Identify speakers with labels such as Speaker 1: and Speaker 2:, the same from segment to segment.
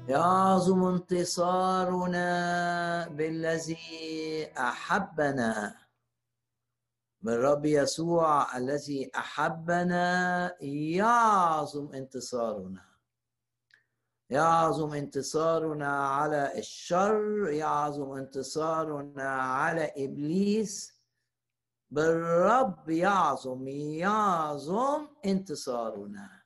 Speaker 1: يعظم انتصارنا بالذي أحبنا، بالرب يسوع الذي أحبنا. يعظم انتصارنا، يعظم انتصارنا على الشر، يعظم انتصارنا على إبليس. بالرب يعظم انتصارنا.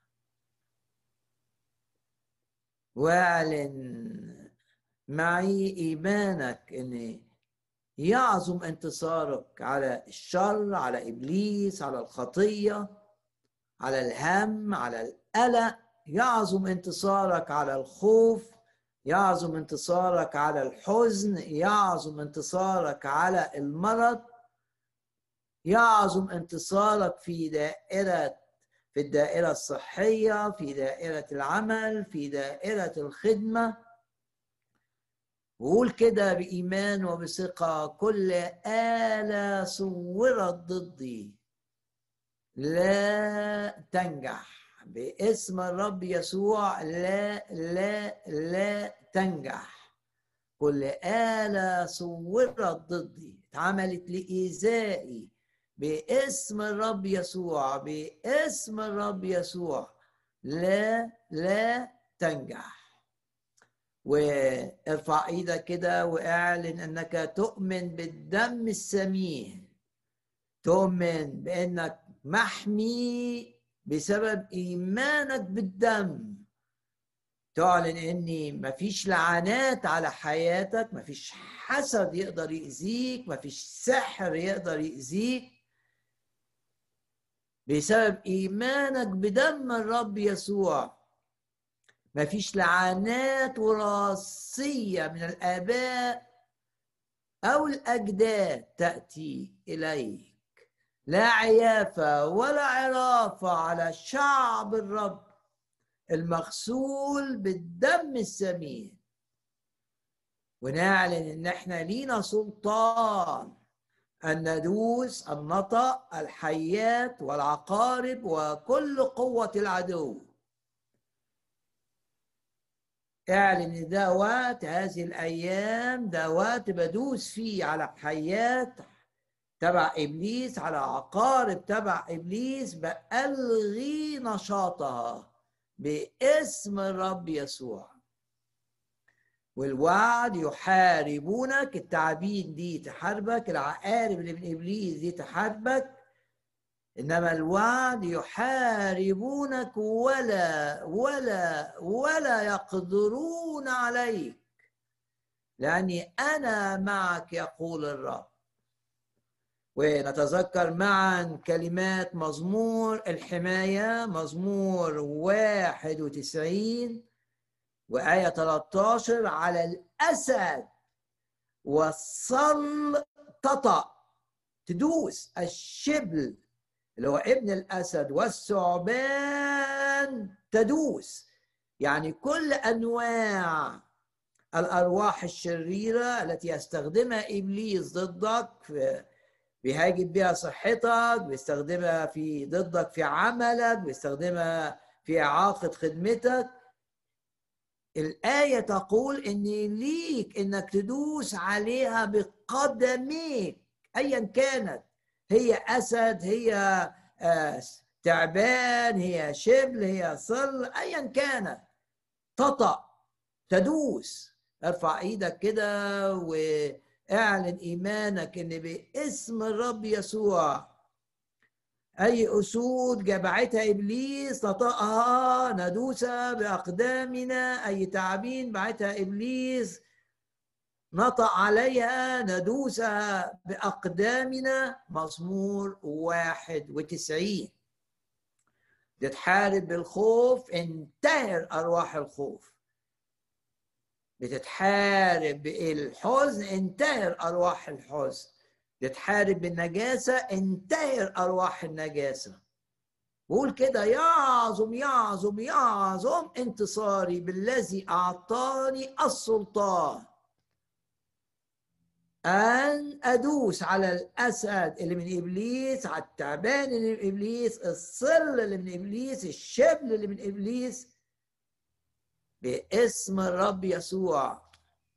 Speaker 1: واعلن معي إيمانك إن يعظم انتصارك على الشر، على إبليس، على الخطية، على الهم، على القلق. يعظم انتصارك على الخوف، يعظم انتصارك على الحزن، يعظم انتصارك على المرض، يعظم انتصارك في الدائرة الصحية، في دائرة العمل، في دائرة الخدمة. وقول كده بإيمان وبثقة: كل آلة صورت ضدي لا تنجح باسم الرب يسوع. لا تنجح. كل آلة صورت ضدي، اتعملت لإيذائي، باسم الرب يسوع، باسم الرب يسوع لا تنجح. وارفع ايدك كده واعلن انك تؤمن بالدم الثمين، تؤمن بانك محمي بسبب ايمانك بالدم. تعلن ان مفيش لعنات على حياتك، مفيش حسد يقدر يأذيك، مفيش سحر يقدر يأذيك بسبب ايمانك بدم الرب يسوع. مفيش لعنات وراثية من الآباء أو الأجداد تأتي إليك، لا عيافة ولا عرافة على شعب الرب المغسول بالدم الثمين. ونعلن إن إحنا لينا سلطان أن ندوس النطق الحيات والعقارب وكل قوة العدو. اعلن ان ده وقت، هذه الايام ده وقت بدوس فيه على حيات تبع ابليس، على عقارب تبع ابليس، بالغي نشاطها باسم الرب يسوع. والوعد: يحاربونك، التعابين دي تحاربك، العقارب اللي من ابليس دي تحاربك، انما الوعد: يحاربونك ولا يقدرون عليك، لاني انا معك يقول الرب. ونتذكر معا كلمات مزمور الحماية، مزمور 91 وآية 13: على الأسد والصل تطأ، تدوس الشبل اللي هو ابن الأسد والثعبان تدوس. يعني كل أنواع الأرواح الشريرة التي يستخدمها إبليس ضدك، بيهاجم بها صحتك، بيستخدمها ضدك في عملك، بيستخدمها في إعاقة خدمتك. الآية تقول إن ليك إنك تدوس عليها بقدميك أيا كانت، هي أسد، هي تعبان، هي شبل، هي صل، أيا كانت تطأ، تدوس. ارفع ايدك كده واعلن ايمانك ان باسم الرب يسوع اي اسود جمعتها ابليس نطقها ندوسها باقدامنا، اي تعابين بعتها ابليس نطق عليها ندوسها باقدامنا. مزمور 91. تتحارب بالخوف، انتهر ارواح الخوف. بتتحارب بالحزن، انتهر ارواح الحزن. بتتحارب بالنجاسه، انتهر ارواح النجاسه. بقول كده: يعظم انتصاري بالذي اعطاني السلطان ان ادوس على الاسد اللي من ابليس، على التعبان اللي من ابليس، الصل اللي من ابليس، الشبل اللي من ابليس، باسم الرب يسوع.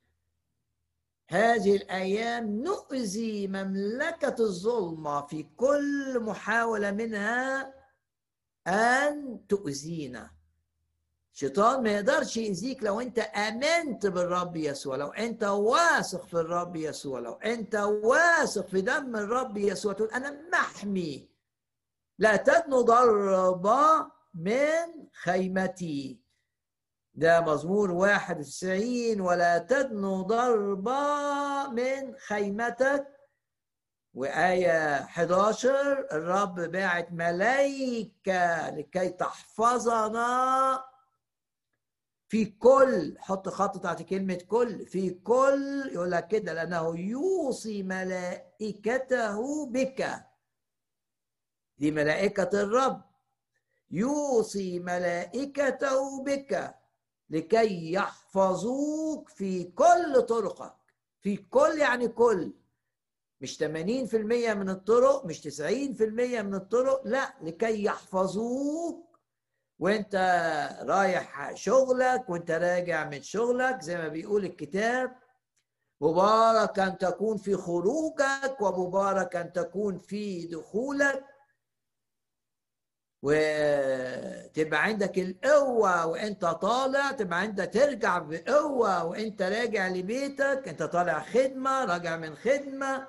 Speaker 1: هذه الأيام نؤذي مملكة الظلمة في كل محاولة منها أن تؤذينا. الشيطان ما يقدرش يأذيك لو أنت آمنت بالرب يسوع، لو أنت واثق في الرب يسوع، لو أنت واثق في دم الرب يسوع، تقول أنا محمي، لا تدنو ضربة من خيمتي. ده مزمور 91. ولا تدنو ضربة من خيمتك. وآية 11 الرب باعت ملائكة لكي تحفظنا في كل، حط خط تحت كلمة كل، في كل، يقول لك كده لأنه يوصي ملائكته بك. دي ملائكة الرب، يوصي ملائكته بك لكي يحفظوك في كل طرقك. في كل يعني كل، مش 80% من الطرق، مش 90% من الطرق، لا، لكي يحفظوك وانت رايح شغلك وانت راجع من شغلك، زي ما بيقول الكتاب مبارك أن تكون في خروجك ومبارك أن تكون في دخولك. وتبقى عندك القوة وانت طالع، تبقى عندك ترجع بقوة وانت راجع لبيتك، انت طالع خدمة راجع من خدمة.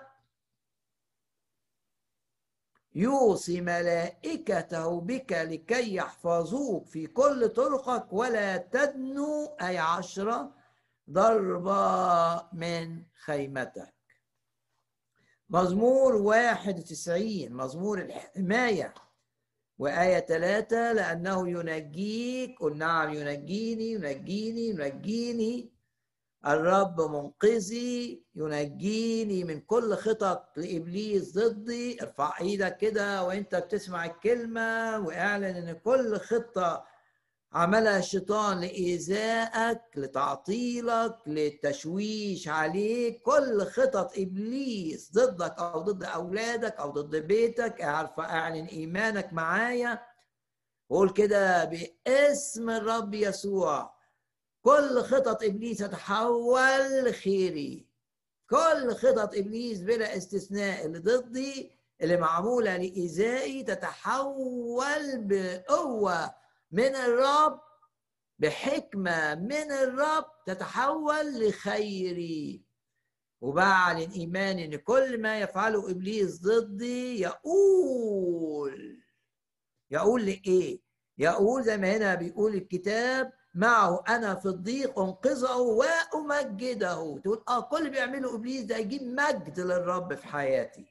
Speaker 1: يوصي ملائكته بك لكي يحفظوك في كل طرقك ولا تدنو، أي 10 ضربة من خيمتك. مزمور 91 مزمور الحماية، وآية 3 لأنه ينجيك. قل نعم ينجيني ينجيني ينجيني الرب منقذي، ينجيني من كل خطط لإبليس ضدي. ارفع ايدك كده وانت بتسمع الكلمة واعلن ان كل خطة عملها الشيطان لإيذائك، لتعطيلك، للتشويش عليك، كل خطط إبليس ضدك أو ضد أولادك أو ضد بيتك، عارفة أعلن إيمانك معايا. قول كده باسم الرب يسوع كل خطط إبليس تتحول لخيري. كل خطط إبليس بلا استثناء اللي ضدي، اللي معمولة لإيذائي، تتحول بقوة من الرب، بحكمة من الرب، تتحول لخيري. وبعلن إيماني إن كل ما يفعله إبليس ضدي يقول لإيه؟ يقول زي ما هنا بيقول الكتاب معه أنا في الضيق أنقذه وأمجده. تقول كل اللي بيعمله إبليس ده يجيب مجد للرب في حياتي،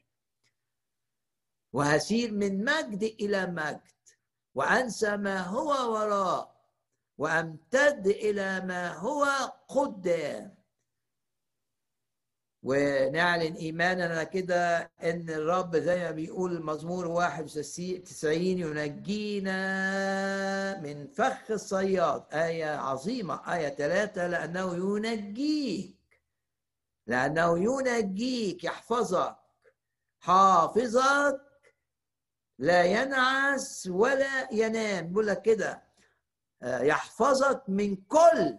Speaker 1: وهسير من مجد إلى مجد، وأنسى ما هو وراء وأمتد إلى ما هو قدام. ونعلن إيماننا كده إن الرب زي ما بيقول المزمور 91 ينجينا من فخ الصياد. آية عظيمة آية 3 لأنه ينجيك يحفظك، حافظك لا ينعس ولا ينام. بيقول لك كده يحفظك من كل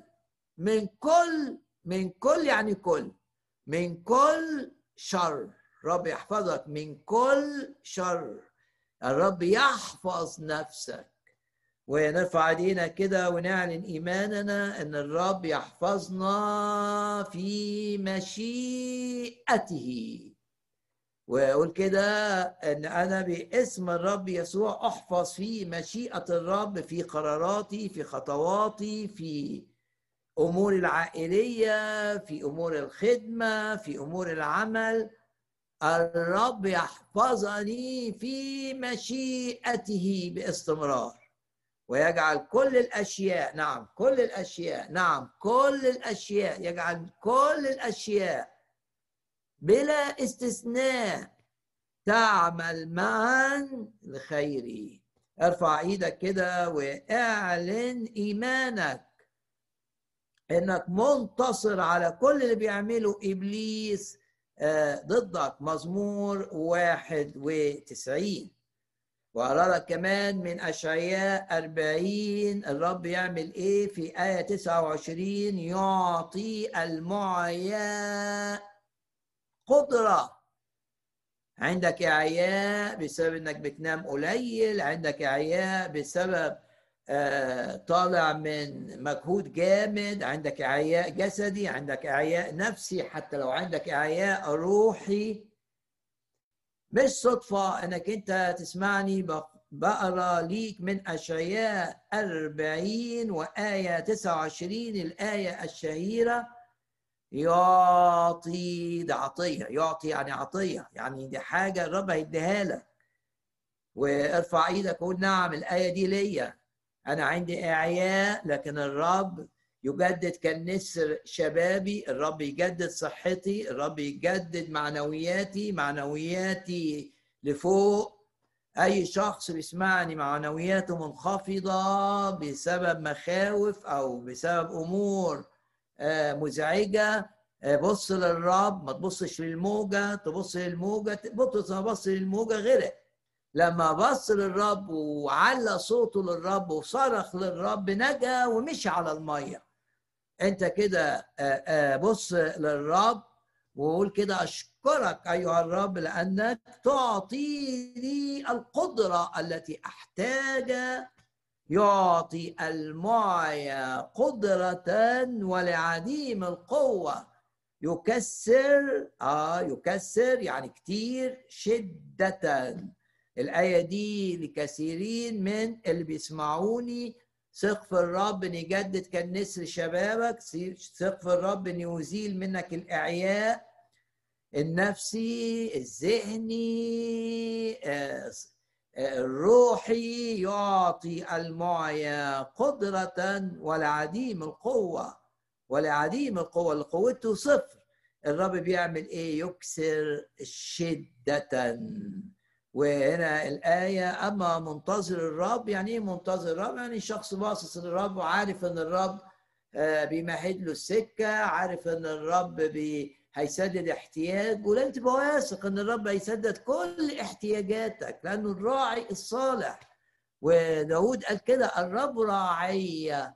Speaker 1: يعني كل، من كل شر. رب يحفظك من كل شر. الرب يحفظ نفسك. ونرفع ايدينا كده ونعلن ايماننا ان الرب يحفظنا في مشيئته. ويقول كده ان انا باسم الرب يسوع احفظ في مشيئة الرب، في قراراتي، في خطواتي، في امور العائلية، في امور الخدمة، في امور العمل. الرب يحفظني في مشيئته باستمرار، ويجعل كل الاشياء، نعم كل الاشياء، نعم كل الاشياء، يجعل كل الاشياء بلا استثناء تعمل معا لخيري. ارفع ايدك كده واعلن ايمانك انك منتصر على كل اللي بيعمله ابليس ضدك. مزمور 91. وأقرأ لك كمان من أشعياء 40 الرب يعمل إيه في آية 29: يعطي المعيا قدرة. عندك إعياء بسبب إنك بتنام قليل، عندك إعياء بسبب طالع من مجهود جامد، عندك إعياء جسدي، عندك إعياء نفسي، حتى لو عندك إعياء روحي. مش صدفة انك انت تسمعني بقرا ليك من اشعياء 40 وآية 29 الآية الشهيرة: يعطي. ده عطية، يعطي يعني عطية، يعني دي حاجة الرب هيديها لك. وارفع ايدك وقول: نعم الآية دي ليا، انا عندي اعياء لكن الرب يجدد كالنسر شبابي، الرب يجدد صحتي، الرب يجدد معنوياتي لفوق. اي شخص بيسمعني معنوياته منخفضة بسبب مخاوف او بسبب امور مزعجة، بص للرب، ما تبصش للموجة. تبص للموجة تبص للموجة غرق. لما بص للرب وعلى صوته للرب وصرخ للرب نجا ومشي على الميه. انت كده بص للرب وقول كده: اشكرك ايها الرب لانك تعطيني القدره التي احتاج. يعطي المعيا قدره ولعديم القوه يكسر يعني كتير شدة. الآية دي لكثيرين من اللي بيسمعوني: ثق في الرب ان يجدد كالنسر شبابك، ثق في الرب ان يزيل منك الإعياء النفسي الذهني الروحي. يعطي المعيا قدرة ولعديم القوة، ولعديم القوة اللي قوته صفر. الرب بيعمل ايه؟ يكسر شدة. وهنا الآية: أما منتظر الرب. يعني ايه منتظر الرب؟ يعني شخص باصص للرب وعارف ان الرب بيمهد له السكة، عارف ان الرب هيسدد احتياج، ولازم تبقى واثق ان الرب هيسدد كل احتياجاتك لانه الراعي الصالح. وداود قال كده: الرب راعي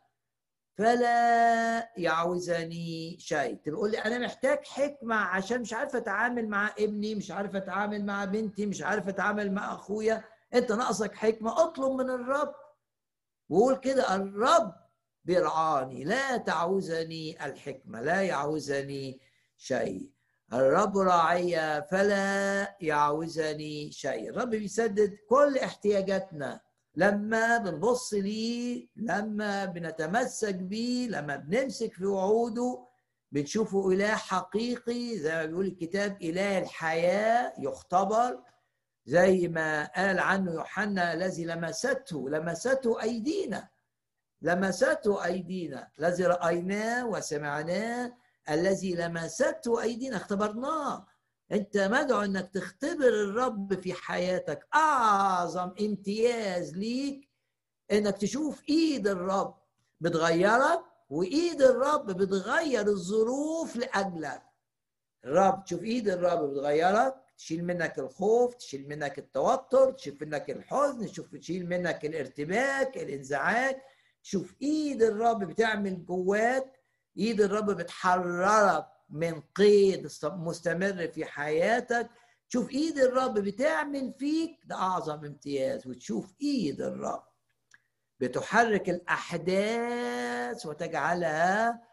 Speaker 1: فلا يعوزني شيء. تقول لي انا محتاج حكمه عشان مش عارف اتعامل مع ابني، مش عارف اتعامل مع بنتي، مش عارف اتعامل مع اخويا. انت ناقصك حكمه، اطلب من الرب وقول كده: الرب بيرعاني لا تعوزني الحكمه، لا يعوزني شيء. الرب راعي فلا يعوزني شيء. الرب بيسدد كل احتياجاتنا لما بنبص ليه، لما بنتمسك بيه، لما بنمسك في وعوده. بنشوفه إله حقيقي زي ما بيقول الكتاب: إله الحياة يختبر، زي ما قال عنه يوحنا: الذي لمسته أيدينا، لمسته أيدينا، الذي رأيناه وسمعناه، الذي لمسته أيدينا، اختبرناه. أنت مدعو أنك تختبر الرب في حياتك. أعظم امتياز ليك أنك تشوف إيد الرب بتغيرك، وإيد الرب بتغير الظروف لأجلك. الرب، تشوف إيد الرب بتغيرك، تشيل منك الخوف، تشيل منك التوتر، تشيل منك الحزن، تشيل منك الارتباك الانزعاج. شوف ايد الرب بتعمل جواك، ايد الرب بتحررك من قيد مستمر في حياتك. تشوف ايد الرب بتعمل فيك، ده اعظم امتياز. وتشوف ايد الرب بتحرك الاحداث وتجعلها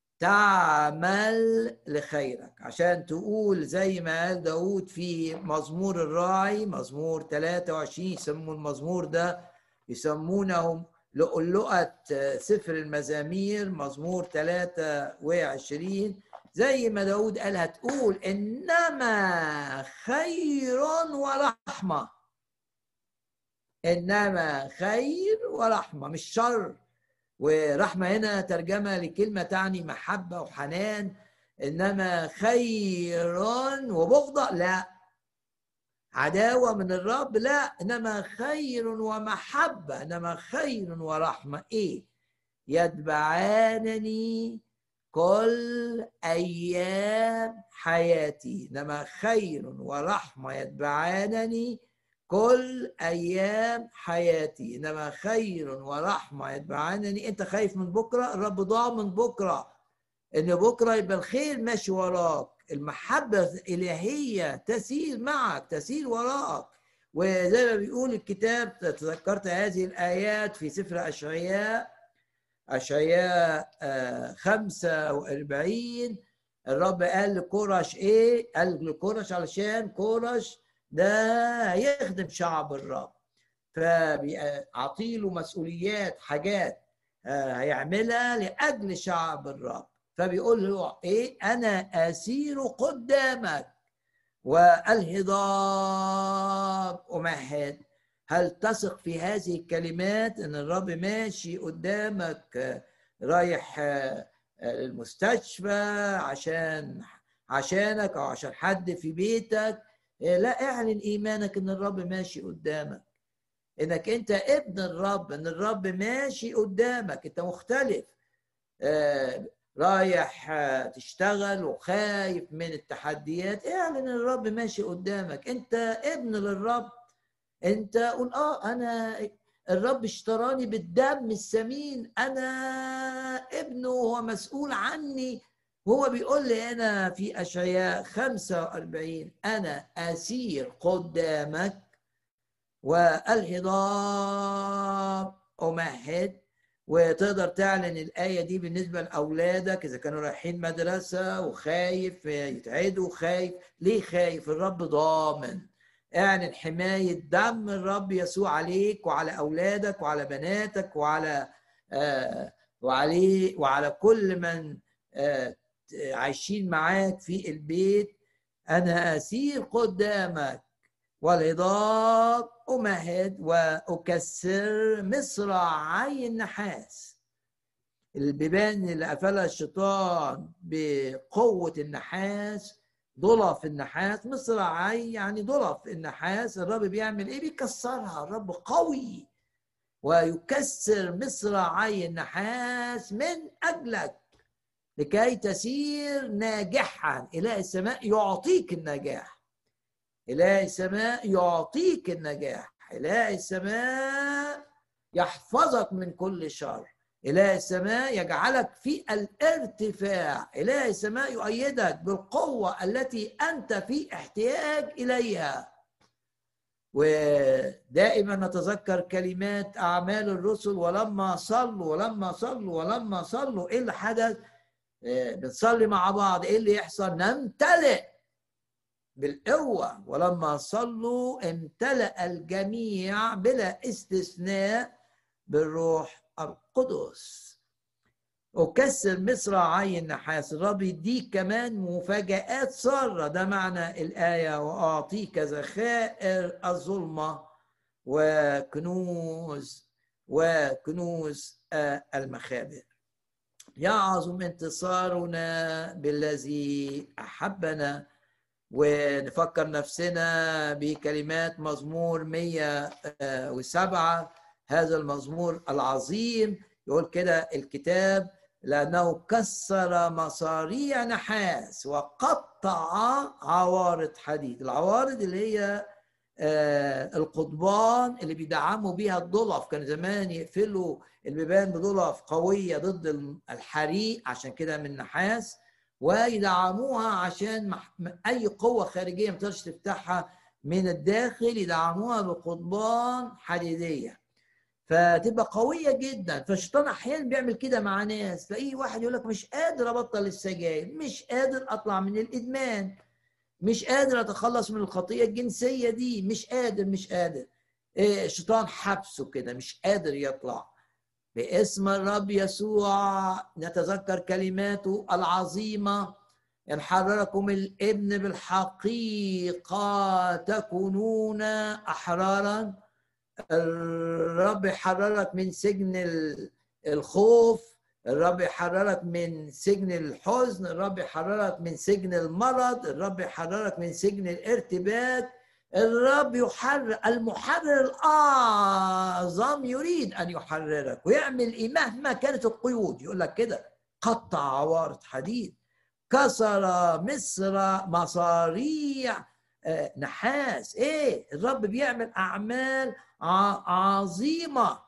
Speaker 1: تعمل لخيرك، عشان تقول زي ما قال داود في مزمور الراعي، مزمور 23. يسموا المزمور ده، يسمونه لؤلؤة سفر المزامير، مزمور 23. زي ما داود قال هتقول: إنما خير ورحمة. إنما خير ورحمة، مش شر. ورحمة هنا ترجمة لكلمة تعني محبة وحنان. إنما خير وبغضة لا، عداوة من الرب لا، إنما خير ومحبة، إنما خير ورحمة. إيه؟ يتبعانني كل أيام حياتي. إنما خير ورحمة يتبعانني كل أيام حياتي، إنما خير ورحمة يتبعانني. أنت خايف من بكرة، الرب ضامن بكرة، إن بكرة يبقى الخير ماشي وراك، المحبة الإلهية تسير معك، تسير وراك. وزي ما بيقول الكتاب، تذكرت هذه الآيات في سفر أشعياء 45. الرب قال لكورش إيه؟ قال لكورش علشان كورش ده يخدم شعب الرب، فأعطيله مسؤوليات، حاجات هيعملها لأجل شعب الرب. فبيقول له إيه؟ أنا أسير قدامك والهضاب أمهد. هل تثق في هذه الكلمات ان الرب ماشي قدامك، رايح المستشفى عشانك او عشان حد في بيتك؟ لا، اعلن ايمانك ان الرب ماشي قدامك، انك انت ابن الرب، ان الرب ماشي قدامك. انت مختلف، رايح تشتغل وخايف من التحديات، اعلن الرب ماشي قدامك، انت ابن للرب. انت قول انا الرب اشتراني بالدم الثمين، انا ابنه، هو مسؤول عني. هو بيقول لي انا في اشعياء 45 انا اسير قدامك والهضاب امهد. وتقدر تعلن الآية دي بالنسبة لأولادك إذا كانوا رايحين مدرسة وخايف يتعدوا. خايف ليه؟ خايف، الرب ضامن. اعلن حماية دم الرب يسوع عليك وعلى أولادك وعلى بناتك وعلى كل من عايشين معاك في البيت. أنا أسير قدامك والهضاب أمهد وأكسر مصراعي النحاس. البيبان اللي قفلها الشيطان بقوة النحاس، ضلف النحاس، مصراعي يعني ضلف النحاس، الرب بيعمل ايه؟ بيكسرها. الرب قوي ويكسر مصراعي النحاس من أجلك لكي تسير ناجحا. إله السماء يعطيك النجاح، إله السماء يعطيك النجاح، إله السماء يحفظك من كل شر، إله السماء يجعلك في الارتفاع، إله السماء يؤيدك بالقوة التي أنت في احتياج إليها. ودائما نتذكر كلمات أعمال الرسل، ولما صلوا إيه اللي حدث؟ بنصلي مع بعض، إيه اللي يحصل؟ نمتلئ بالقوة. ولما صلوا امتلأ الجميع بلا استثناء بالروح القدس. أكسر مصراعي النحاس. الرب يديك كمان مفاجآت سارة، ده معنى الآية، وأعطيك ذخائر الظلمة وكنوز المخابئ. يعظم انتصارنا بالذي أحبنا. ونفكر نفسنا بكلمات مزمور 107، هذا المزمور العظيم. يقول كده الكتاب: لأنه كسر مصاريع نحاس وقطع عوارض حديد. العوارض اللي هي القضبان اللي بيدعموا بيها الضلف. كان زمان يقفلوا البيبان بضلف قوية ضد الحريق، عشان كده من نحاس، ويدعموها عشان اي قوه خارجيه ما تقدرش تفتحها من الداخل، يدعموها بقضبان حديديه فتبقى قويه جدا. فالشيطان احيانا بيعمل كده مع ناس، تلاقيه واحد يقول لك مش قادر ابطل السجاير، مش قادر اطلع من الادمان، مش قادر اتخلص من الخطيه الجنسيه دي، مش قادر. الشيطان حبسه كده، مش قادر يطلع. باسم الرب يسوع نتذكر كلماته العظيمة: إن حرركم الابن بالحقيقة تكونون أحرارا. الرب يحررك من سجن الخوف، الرب يحررك من سجن الحزن، الرب يحررك من سجن المرض، الرب يحررك من سجن الارتباك. الرب المحرر الأعظم يريد أن يحررك ويعمل إيه مهما كانت القيود. يقول لك كده: قطع عوارض حديد، كسر مصاريع نحاس. ايه الرب بيعمل اعمال عظيمه.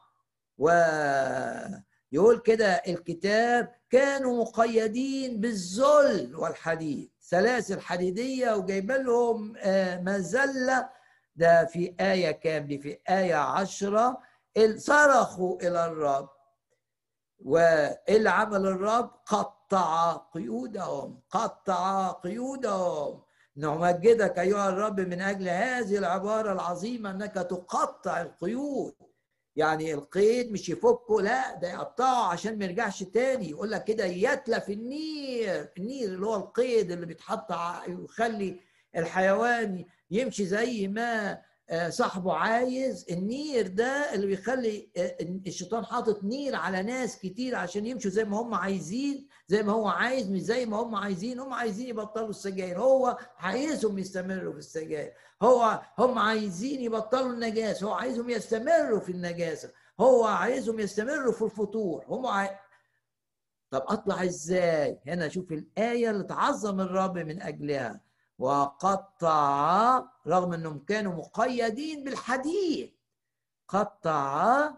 Speaker 1: ويقول كده الكتاب كانوا مقيدين بالذل والحديد، سلاسل حديديه، وجايب لهم مذله. ده في آية كام؟ دي في آية 10. صرخوا إلى الرب، وإيه اللي عمل الرب؟ قطع قيودهم، قطع قيودهم. نمجدك أيها الرب من أجل هذه العبارة العظيمة، أنك تقطع القيود. يعني القيد مش يفكه، لا ده يقطعه عشان ما يرجعش تاني. يقول لك كده يتلف النير. النير اللي هو القيد اللي بيتحط يخلي الحيوان يمشي زي ما صاحبه عايز. النير ده اللي بيخلي الشيطان حاطط نير على ناس كتير عشان يمشوا زي ما هم عايزين، زي ما هو عايز، مش زي ما هم عايزين. هم عايزين يبطلوا السجاير، هو عايزهم يستمروا في السجاير. هم عايزين يبطلوا النجاسة، هو عايزهم يستمروا في النجاسة. هو عايزهم يستمروا في الفطور. طب اطلع ازاي؟ هنا شوف الآية اللي تعظم الرب من أجلها. وقطع، رغم انهم كانوا مقيدين بالحديد، قطع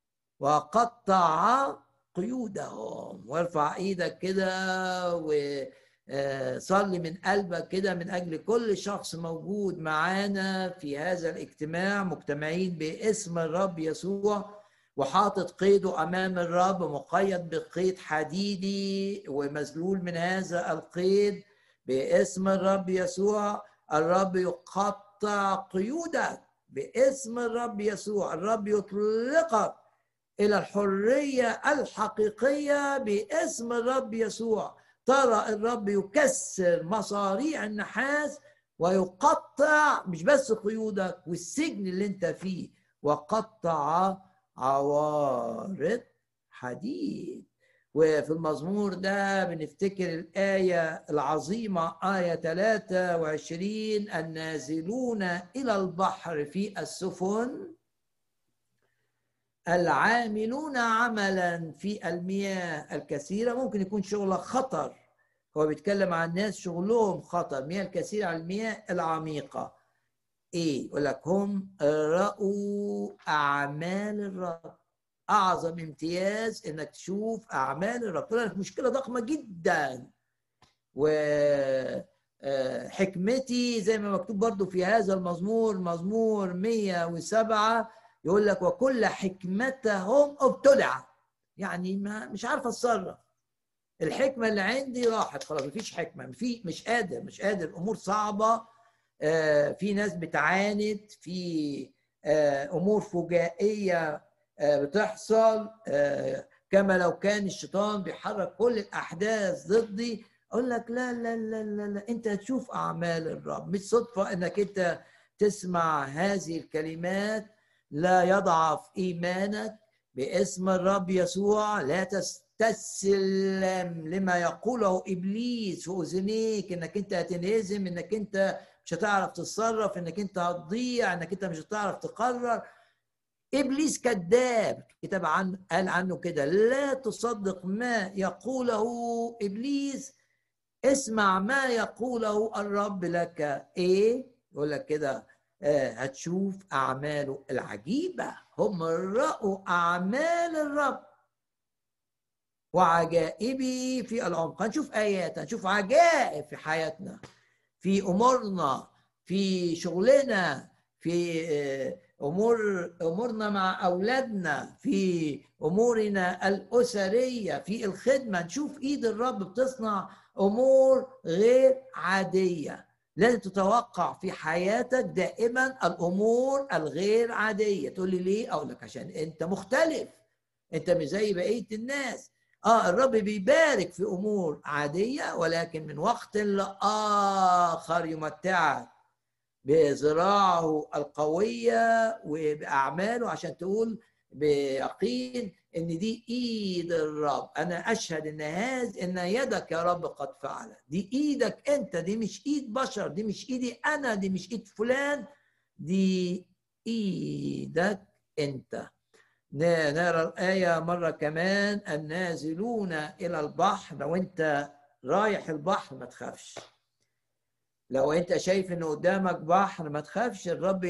Speaker 1: وقطع قيودهم. وارفع ايدك كده وصلي من قلبك كده من اجل كل شخص موجود معانا في هذا الاجتماع، مجتمعين باسم الرب يسوع، وحاطط قيده امام الرب، مقيد بقيد حديدي ومذلول من هذا القيد باسم الرب يسوع. الرب يقطع قيودك باسم الرب يسوع. الرب يطلقك إلى الحرية الحقيقية باسم الرب يسوع. ترى الرب يكسر مصاريع النحاس ويقطع مش بس قيودك والسجن اللي انت فيه، وقطع عوارض حديد. وفي المزمور ده بنفتكر الآية العظيمة، آية 23: النازلون إلى البحر في السفن، العاملون عملا في المياه الكثيرة. ممكن يكون شغلك خطر، هو بيتكلم عن ناس شغلهم خطر، مياه الكثيرة على المياه العميقة. ايه يقول لك؟ هم رأوا أعمال الرب. أعظم امتياز إنك تشوف أعمال الرب. طلع لك مشكلة ضخمة جدا، وحكمتي زي ما مكتوب برضو في هذا المزمور، مزمور 107، يقول لك وكل حكمتهم ابتلع. يعني مش عارف اتصرف، الحكمه اللي عندي راحت خلاص، مفيش حكمه، مش قادر، الامور صعبه. في ناس بتعاند، في امور فجائيه بتحصل، كما لو كان الشيطان بيحرك كل الاحداث ضدي. اقول لك لا لا لا لا لا، انت هتشوف اعمال الرب. مش صدفه انك انت تسمع هذه الكلمات. لا يضعف ايمانك باسم الرب يسوع. لا تستسلم لما يقوله ابليس في اذنيك، انك انت هتنهزم، انك انت مش هتعرف تتصرف، انك انت هتضيع، انك انت مش هتعرف تقرر. ابليس كذاب، الكتاب قال عنه كده: لا تصدق ما يقوله ابليس، اسمع ما يقوله الرب لك. ايه يقول لك كده؟ هتشوف اعماله العجيبه. هم رأوا اعمال الرب وعجائبه في العمق. هنشوف ايات، هنشوف عجائب في حياتنا، في امورنا، في شغلنا، في امورنا مع اولادنا، في امورنا الاسريه، في الخدمه. نشوف ايد الرب بتصنع امور غير عاديه. لازم تتوقع في حياتك دائما الامور الغير عاديه. تقول لي ليه؟ اقول لك عشان انت مختلف، انت مش زي بقيه الناس. الرب بيبارك في امور عاديه، ولكن من وقت لاخر يمتعك بذراعه القويه وباعماله عشان تقول بيقين ان دي ايد الرب. انا اشهد ان يدك يا رب قد فعلت. دي ايدك انت، دي مش ايد بشر، دي مش ايدي انا، دي مش ايد فلان، دي ايدك انت. نرى الآية مرة كمان: النازلون إلى البحر. لو أنت رايح البحر ما تخافش، لو انت شايف ان قدامك بحر ما تخافش، الرب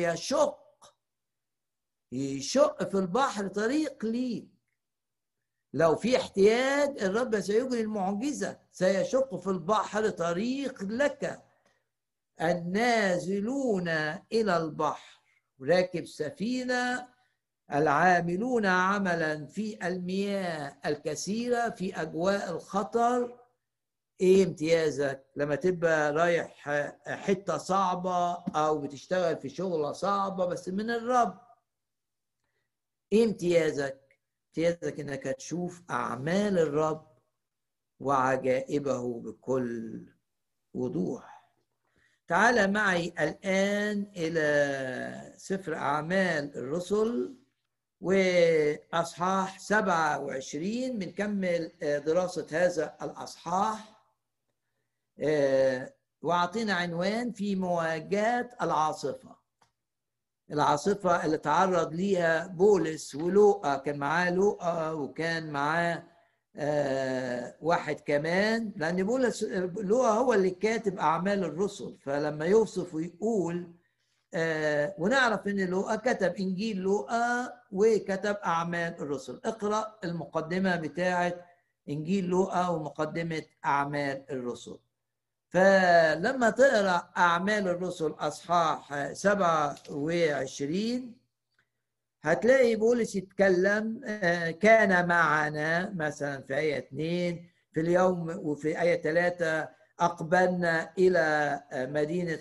Speaker 1: يشق في البحر طريق ليك. لو في احتياج الرب سيجري المعجزة، سيشق في البحر طريق لك. النازلون إلى البحر راكب سفينة، العاملون عملا في المياه الكثيرة في أجواء الخطر. ايه امتيازك لما تبقى رايح حتة صعبة او بتشتغل في شغلة صعبة بس من الرب؟ ايه امتيازك؟ امتيازك انك هتشوف اعمال الرب وعجائبه بكل وضوح. تعال معي الآن إلى سفر أعمال الرسل وأصحاح 27. بنكمل دراسة هذا الأصحاح، وأعطينا عنوان في مواجهة العاصفة. العاصفة اللي تعرض ليها بولس ولوقا، كان معاه لوقا وكان معاه واحد كمان، لأن بولس لوقا هو اللي كاتب أعمال الرسل، فلما يوصف ويقول ونعرف ان لوقا كتب انجيل لوقا وكتب اعمال الرسل. اقرا المقدمه بتاعه انجيل لوقا ومقدمه اعمال الرسل. فلما تقرا اعمال الرسل اصحاح 27 هتلاقي بولس يتكلم كان معنا مثلا في آية 2 في اليوم، وفي آية 3 أقبلنا إلى مدينة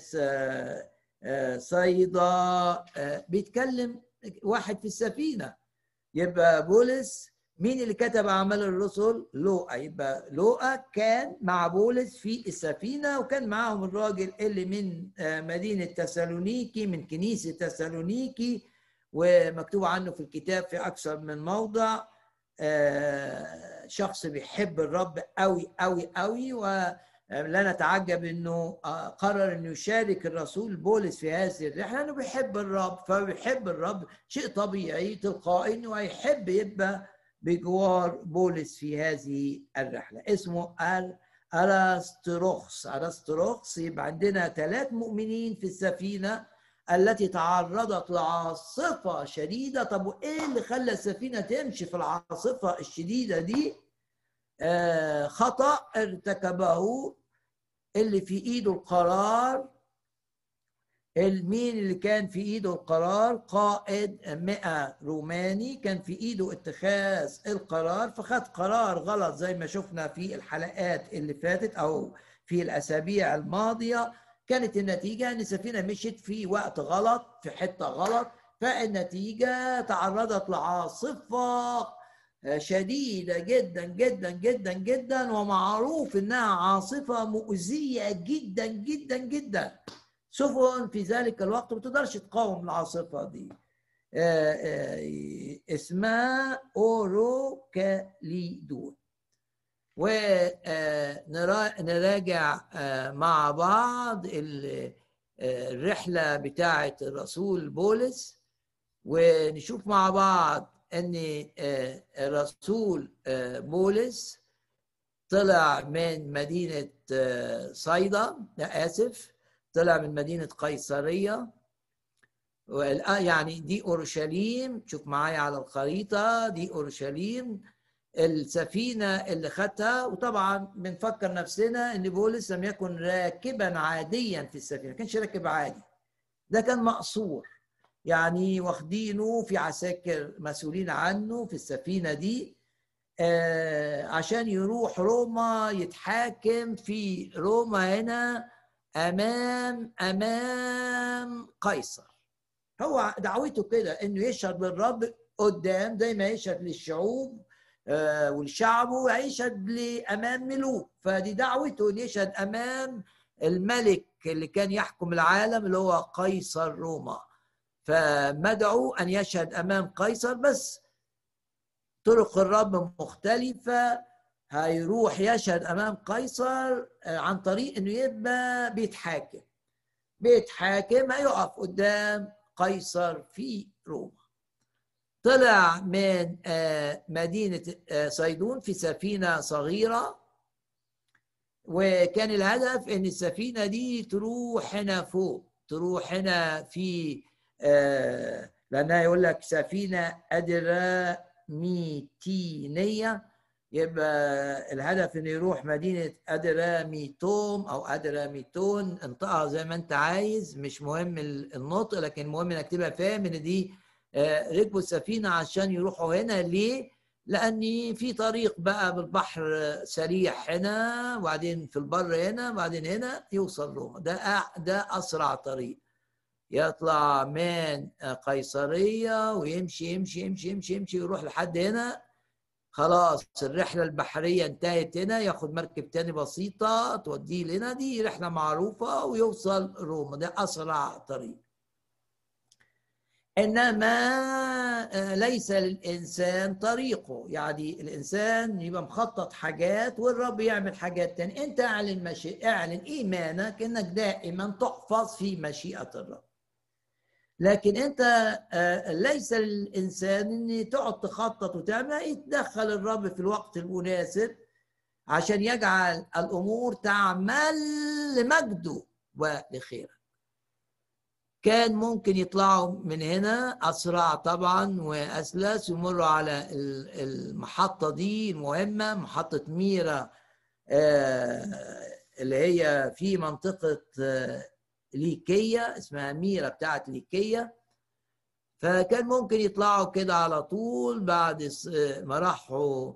Speaker 1: صيدا. بيتكلم واحد في السفينة. يبقى بولس مين اللي كتب أعمال الرسل؟ لوقا. يبقى لوقا كان مع بولس في السفينة، وكان معهم الراجل اللي من مدينة تسالونيكي، من كنيسة تسالونيكي، ومكتوب عنه في الكتاب في أكثر من موضع شخص بيحب الرب قوي قوي قوي. ولا نتعجب انه قرر انه يشارك الرسول بولس في هذه الرحله، لانه بيحب الرب. فبيحب الرب شيء طبيعي تلقائي انه هيحب يبقى بجوار بولس في هذه الرحله. اسمه أرسطرخس. أرسطرخس. يبقى عندنا 3 مؤمنين في السفينه التي تعرضت لعاصفه شديده. طب وايه اللي خلى السفينه تمشي في العاصفه الشديده دي؟ خطأ ارتكبه اللي في ايده القرار. مين اللي كان في ايده القرار؟ قائد 100 روماني كان في ايده اتخاذ القرار، فخد قرار غلط زي ما شفنا في الحلقات اللي فاتت او في الاسابيع الماضيه. كانت النتيجه ان السفينه مشيت في وقت غلط في حته غلط، فالنتيجه تعرضت لعاصفه شديدة جدا جدا جدا جدا، ومعروف انها عاصفة مؤذية جدا جدا جدا. سفن في ذلك الوقت ما تقدرش تقاوم العاصفة دي. اسمها أوروكاليدون. ونراجع مع بعض الرحلة بتاعة الرسول بولس، ونشوف مع بعض ان الرسول بولس طلع من مدينة صيدا، طلع من مدينة قيصرية. يعني دي أورشليم، شوف معايا على الخريطة، دي أورشليم السفينة اللي خدها. وطبعا بنفكر نفسنا ان بولس لم يكن راكبا عاديا في السفينة، ما كانش راكب عادي، ده كان مقصور، يعني واخدينه في عساكر مسؤولين عنه في السفينة دي عشان يروح روما يتحاكم في روما هنا أمام قيصر. هو دعوته كده إنه يشهد للرب قدام، زي ما يشهد للشعوب والشعب، ويشهد أمام ملوك. فدي دعوته إنه يشهد أمام الملك اللي كان يحكم العالم اللي هو قيصر روما. فمدعو أن يشهد أمام قيصر، بس طرق الرب مختلفة. هيروح يشهد أمام قيصر عن طريق أنه يبقى بيتحاكم هيقف قدام قيصر في روما. طلع من مدينة صيدون في سفينة صغيرة، وكان الهدف ان السفينه دي تروح هنا فوق، تروح هنا في لانها يقول لك سفينه ادراميتينيه، يبقى الهدف انه يروح مدينه ادراميتوم او ادراميتون، انطقها زي ما انت عايز، مش مهم النطق، لكن المهم انك تبقى فاهم ان دي ركبوا السفينه عشان يروحوا هنا. ليه؟ لأن في طريق بقى بالبحر سريع هنا، وبعدين في البر هنا، وبعدين هنا يوصل روما. ده أسرع طريق، يطلع من قيصرية ويمشي يمشي يمشي يمشي يمشي يروح لحد هنا، خلاص الرحلة البحرية انتهت هنا، ياخد مركب تاني بسيطة توديه لهنا، دي رحلة معروفة ويوصل روما. ده أسرع طريق. إنما ليس للإنسان طريقه، يعني الإنسان يبقى مخطط حاجات والرب يعمل حاجات تانية. أنت اعلن إيمانك إنك دائما تحفظ في مشيئة الرب، لكن أنت ليس للإنسان إن تقعد تخطط وتعمل. يتدخل الرب في الوقت المناسب عشان يجعل الأمور تعمل لمجده ولخيره. كان ممكن يطلعوا من هنا أسرع طبعا وأسلس، يمروا على المحطة دي المهمة، محطة ميرا اللي هي في منطقة ليكية، اسمها ميرا بتاعت ليكية. فكان ممكن يطلعوا كده على طول بعد ما راحوا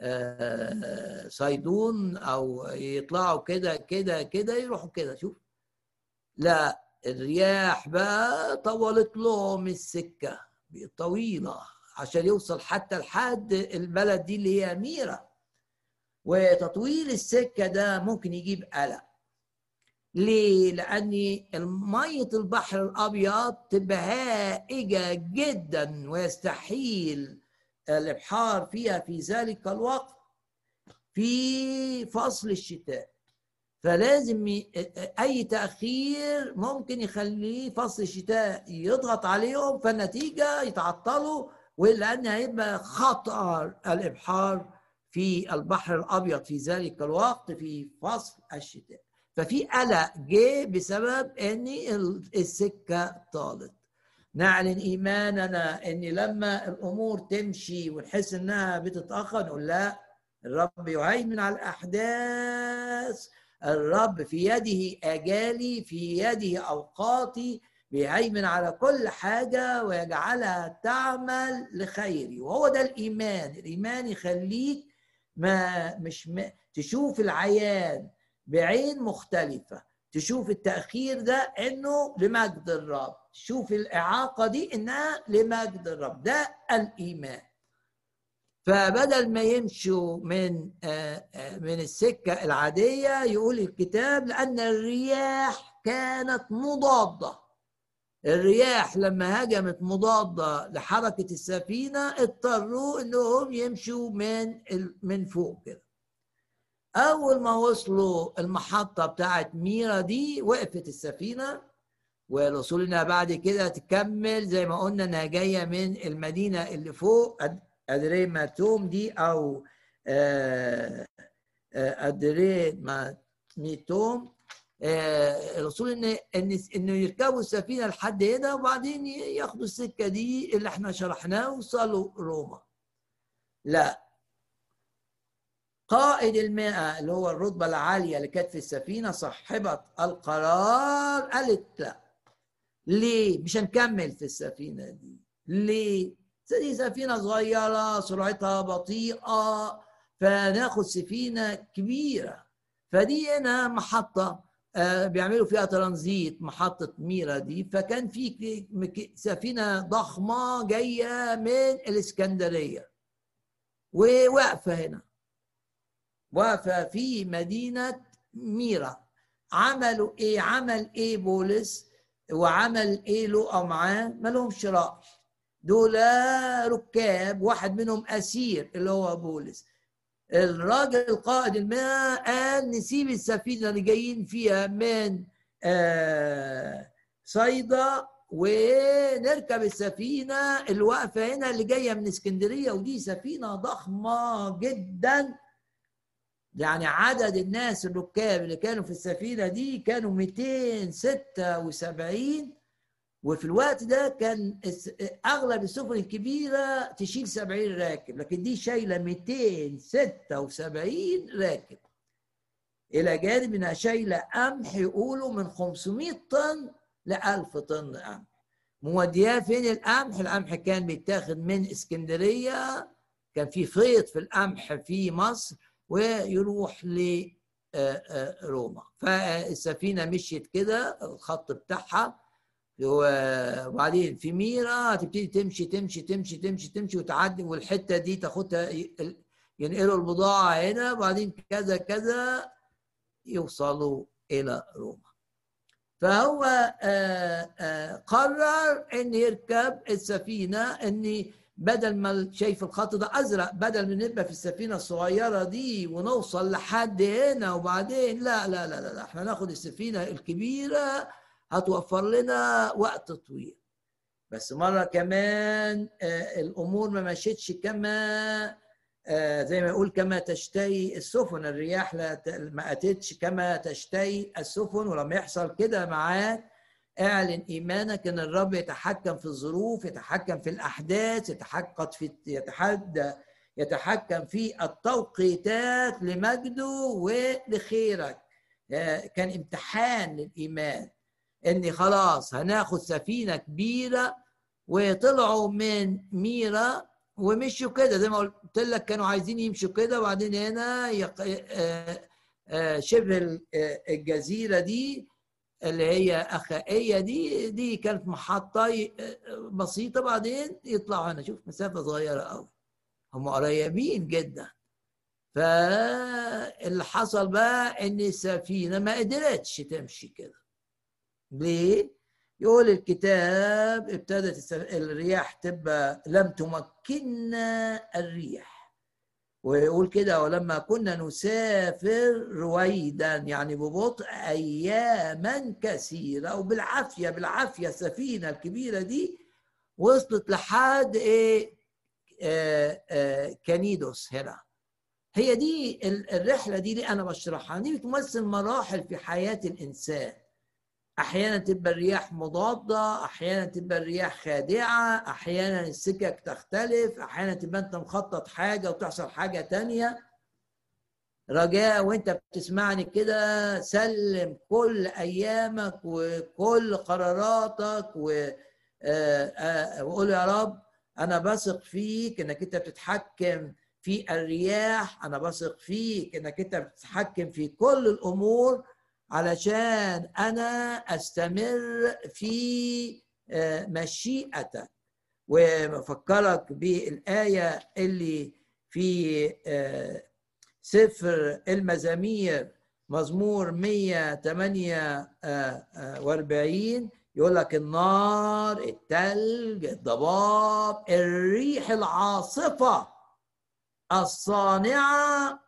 Speaker 1: صيدون، أو يطلعوا كده كده كده يروحوا كده. شوف، لا، الرياح بقى طولت لهم السكة طويلة عشان يوصل حتى لحد البلد دي اللي هي ميرا. وتطويل السكة ده ممكن يجيب قلق. ليه؟ لأن مية البحر الأبيض تبقى هائجة جدا ويستحيل الإبحار فيها في ذلك الوقت في فصل الشتاء. فلازم اي تاخير ممكن يخليه فصل الشتاء يضغط عليهم، فالنتيجه يتعطلوا، ولان هيبقى خطر الابحار في البحر الابيض في ذلك الوقت في فصل الشتاء. ففي قلق جه بسبب ان السكه طالت. نعلن ايماننا ان لما الامور تمشي ونحس انها بتتاخر نقول لا، الرب يهيمن على الاحداث، الرب في يده آجالي، في يده أوقاتي، بيهيمن على كل حاجة ويجعلها تعمل لخيري. وهو ده الإيمان. الإيمان يخليك تشوف العيان بعين مختلفة، تشوف التأخير ده إنه لمجد الرب، تشوف الإعاقة دي إنها لمجد الرب. ده الإيمان. فبدل ما يمشوا من السكة العادية، يقول الكتاب لأن الرياح كانت مضادة. الرياح لما هجمت مضادة لحركة السفينة اضطروا انهم يمشوا من فوق كده. اول ما وصلوا المحطة بتاعت ميرا دي وقفت السفينة، والوصول انها بعد كده تكمل زي ما قلنا انها جاية من المدينة اللي فوق أدريماتوم دي أو أدريماتوم. الرسول إنه يركبوا السفينة لحد هنا وبعدين ياخدوا السكة دي اللي احنا شرحناها وصلوا روما. لا، قائد المئة اللي هو الرتبة العالية اللي كانت في السفينة، صاحبة القرار، قالت لا. ليه؟ مش هنكمل في السفينة دي. ليه؟ دي سفينة صغيرة سرعتها بطيئة، فناخد سفينة كبيرة. فدي هنا محطة بيعملوا فيها ترانزيت، محطة ميرا دي. فكان في سفينة ضخمة جاية من الإسكندرية وواقفة هنا، واقفة في مدينة ميرا. عملوا إيه؟ عمل إيه بولس وعمل إيه لقى معاه؟ ما لهمش رأي. دول ركاب، واحد منهم أسير اللي هو بولس. الراجل قائد المئة قال نسيب السفينة اللي جايين فيها من صيدا ونركب السفينة اللي واقفة هنا اللي جاية من اسكندرية، ودي سفينة ضخمة جدا يعني عدد الناس الركاب اللي كانوا في السفينة دي كانوا 276. وفي الوقت ده كان اغلب السفن الكبيره تشيل 70 راكب، لكن دي شايله 276 راكب، الى جانب انها شايله قمح يقولوا من 500 طن ل 1000 طن قمح. مودياه فين القمح؟ القمح كان بيتاخد من اسكندريه، كان في خيط في القمح في مصر ويروح لروما. فالسفينه مشيت كده الخط بتاعها، وبعدين في ميرا هتبتدي تمشي تمشي تمشي تمشي تمشي وتعدي، والحته دي تاخدها ينقلوا البضاعه هنا، وبعدين كذا كذا يوصلوا الى روما. فهو قرر ان يركب السفينه، ان بدل ما شايف الخط ده ازرق، بدل ما نبقى في السفينه الصغيره دي ونوصل لحد هنا وبعدين لا لا لا لا, لا. احنا ناخد السفينه الكبيره هتوفر لنا وقت طويل. بس مرة كمان الأمور ما مشيتش كما زي ما يقول كما تشتهي السفن، الرياح ما أتتش كما تشتهي السفن. ولما يحصل كده معاك اعلن إيمانك إن الرب يتحكم في الظروف، يتحكم في الأحداث، يتحكم في التوقيتات لمجده ولخيرك. كان امتحان للإيمان، اني خلاص هناخد سفينه كبيره. وطلعوا من ميرا ومشوا كده زي ما قلت لك، كانوا عايزين يمشوا كده، وبعدين هنا شبه الجزيره دي اللي هي اخائيه دي كانت محطه بسيطه، بعدين يطلعوا هنا. شوف مسافه صغيره قوي، هم قريبين جدا. فاللي حصل بقى ان السفينه ما قدرتش تمشي كده. ليه؟ يقول الكتاب ابتدت الرياح تبقى لم تمكننا الريح، ويقول كده ولما كنا نسافر رويدا، يعني ببطء أياما كثيرة، وبالعافية بالعافية السفينة الكبيرة دي وصلت لحد كنيدوس هنا. هي دي الرحلة دي اللي أنا بشرحها، دي بتمثل مراحل في حياة الإنسان. احيانا تبقى الرياح مضاده، احيانا تبقى الرياح خادعه، احيانا السكك تختلف، احيانا تبقى انت مخطط حاجه وتحصل حاجه تانية. رجاء وانت بتسمعني كده سلم كل ايامك وكل قراراتك وقول يا رب انا بثق فيك انك انت بتتحكم في الرياح، انا بثق فيك انك انت بتتحكم في كل الامور علشان أنا أستمر في مشيئتك. ومفكرك بالآية اللي في سفر المزامير مزمور 148 يقول لك النار، التلج، الضباب، الريح العاصفة الصانعة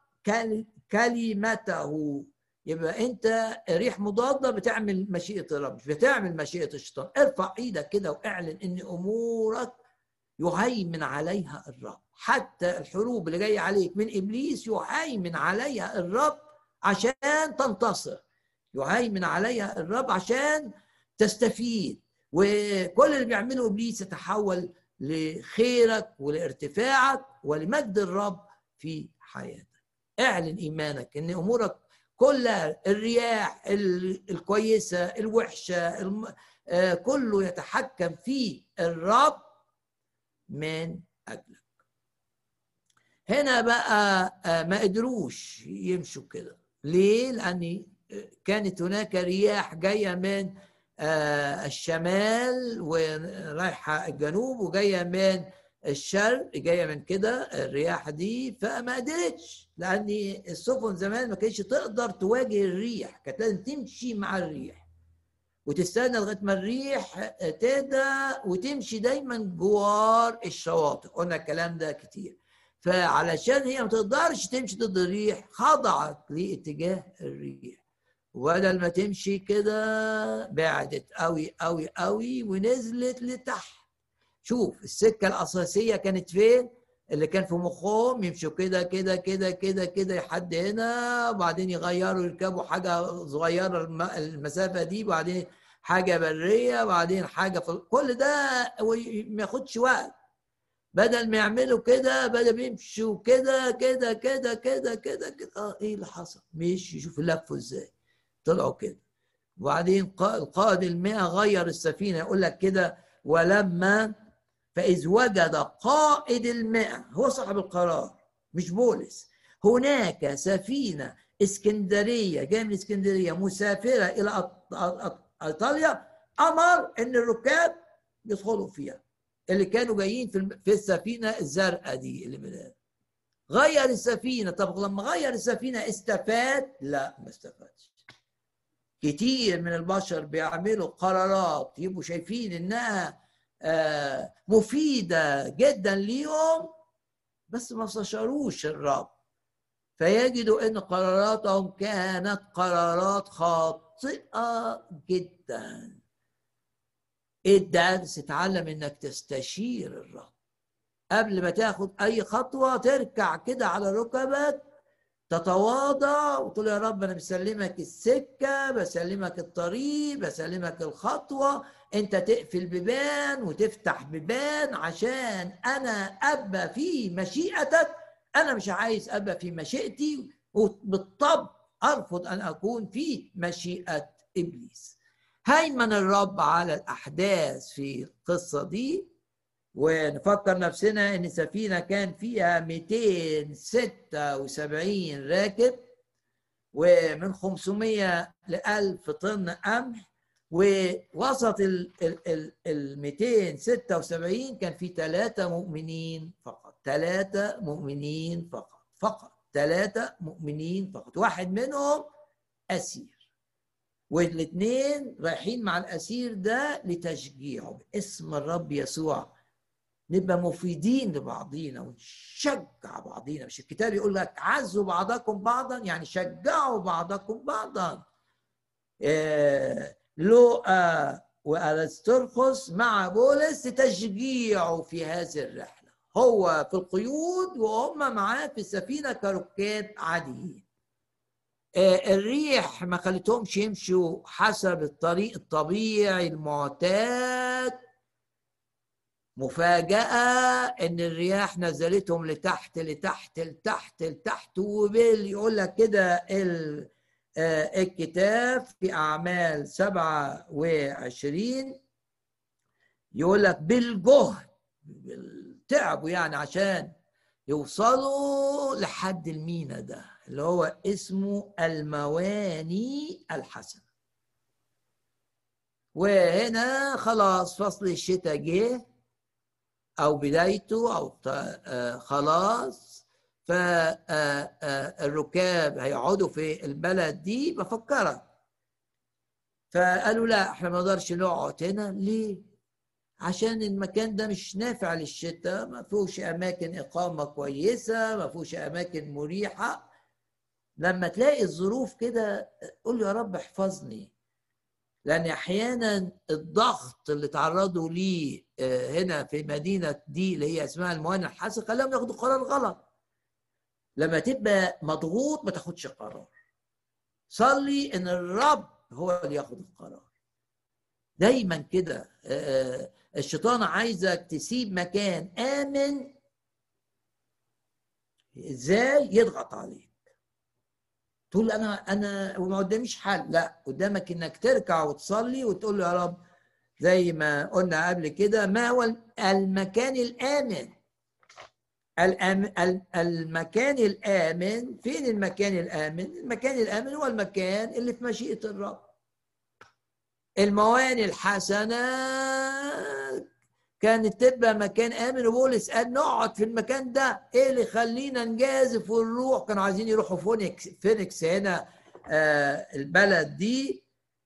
Speaker 1: كلمته. يبقى انت ريح مضاده بتعمل مشيئه الرب، مش بتعمل مشيئه الشيطان. ارفع ايدك كده واعلن ان امورك يهيمن عليها الرب، حتى الحروب اللي جايه عليك من ابليس يهيمن عليها الرب عشان تنتصر، يهيمن عليها الرب عشان تستفيد، وكل اللي بيعمله ابليس يتحول لخيرك ولارتفاعك ولمجد الرب في حياتك. اعلن ايمانك ان امورك كلها، الرياح الكويسة الوحشة كله يتحكم فيه الرب من أجلك. هنا بقى ما قدروش يمشوا كده. ليه؟ لأن كانت هناك رياح جاية من الشمال ورايحة الجنوب، وجاية من الشرق، جايه من كده الرياح دي، فما قدرتش، لان السفن زمان ما كانتش تقدر تواجه الريح، كانت لازم تمشي مع الريح وتستنى لغايه ما الريح تهدى وتمشي دايما جوار الشواطئ. قلنا الكلام ده كتير. فعلشان هي ما تقدرش تمشي ضد الريح خضعت لاتجاه الريح، وبدل ما تمشي كده بعدت قوي قوي قوي ونزلت لتحت. شوف السكة الأساسية كانت فين؟ اللي كان في مخهم يمشوا كده كده كده كده كده لحد هنا، وبعدين يغيروا يركبوا حاجه صغيره المسافه دي، وبعدين حاجه بريه، وبعدين حاجه كل ده ما ياخدش وقت. بدل ما يعملوا كده بدل يمشوا كده كده كده كده كده كده. ايه اللي حصل؟ مش يشوفوا لفوا ازاي، طلعوا كده. وبعدين القائد المئة غير السفينة، يقول لك كده: ولما فإذ وجد قائد المئة، هو صاحب القرار مش بولس، هناك سفينة اسكندرية جاية من اسكندرية مسافرة إلى إيطاليا، أمر إن الركاب يدخلوا فيها اللي كانوا جايين في السفينة الزرقاء دي اللي من غير السفينة. طب لما غير السفينة استفاد؟ لا، ما استفادش. كتير من البشر بيعملوا قرارات يبقوا شايفين انها مفيدة جدا ليهم، بس ما استشاروش الرب، فيجدوا ان قراراتهم كانت قرارات خاطئة جدا. الدرس اتعلم انك تستشير الرب قبل ما تاخد اي خطوة. تركع كده على ركبك، تتواضع وتقول: يا رب انا بسلمك السكه، بسلمك الطريق، بسلمك الخطوه. انت تقفل بيبان وتفتح بيبان عشان انا ابقى في مشيئتك. انا مش عايز ابقى في مشيئتي، وبالطبع ارفض ان اكون في مشيئه ابليس. هيمن الرب على الاحداث في القصه دي. ونفكر نفسنا ان سفينة كان فيها 276 راكب، ومن 500 ل 1000 طن قمح. ووسط ال 276 كان في 3 مؤمنين فقط، 3 مؤمنين فقط 3 مؤمنين فقط. واحد منهم أسير، والاثنين رايحين مع الأسير ده لتشجيعه باسم الرب يسوع. نبقى مفيدين لبعضينا ونشجع بعضينا. مش الكتاب يقول لك: عزوا بعضكم بعضا، يعني شجعوا بعضكم بعضا. لوقا وأرسطرخس مع بولس تشجيعوا في هذه الرحلة، هو في القيود وهم معاه في السفينة كركاب عاديين. الريح ما خلتهمش يمشوا حسب الطريق الطبيعي المعتاد. مفاجأة ان الرياح نزلتهم لتحت لتحت لتحت لتحت. يقول لك كده الكتاب في أعمال 27 يقول لك بالجهد، تعبوا يعني عشان يوصلوا لحد المينا ده اللي هو اسمه المواني الحسنة. وهنا خلاص فصل الشتاء جه او بدايته او خلاص، فالركاب هيقعدوا في البلد دي. بفكرك، فقالوا: لا احنا ما نقدرش نقعد هنا. ليه؟ عشان المكان ده مش نافع للشتاء، ما فيهوش اماكن اقامه كويسه، ما فيهوش اماكن مريحه. لما تلاقي الظروف كده قول له: يا رب احفظني. لأن أحيانا الضغط اللي تعرضوا ليه هنا في مدينة دي اللي هي اسمها الموانئ الحسنة خلاهم ياخدوا قرار غلط. لما تبقى مضغوط ما تاخدش قرار، صلي إن الرب هو اللي ياخد القرار. دايما كده الشيطان عايزك تسيب مكان آمن. إزاي؟ يضغط عليك، تقول أنا وما قداميش حل. لا، قدامك إنك تركع وتصلي وتقول له: يا رب، زي ما قلنا قبل كده، ما هو المكان الآمن؟ المكان الآمن فين؟ المكان الآمن، المكان الآمن هو المكان اللي في مشيئة الرب. الموانئ الحسنة كانت تبقى مكان آمن، وبولس قال نقعد في المكان ده. ايه اللي يخلينا نجازف ونروح؟ كانوا عايزين يروحوا فينيكس هنا البلد دي.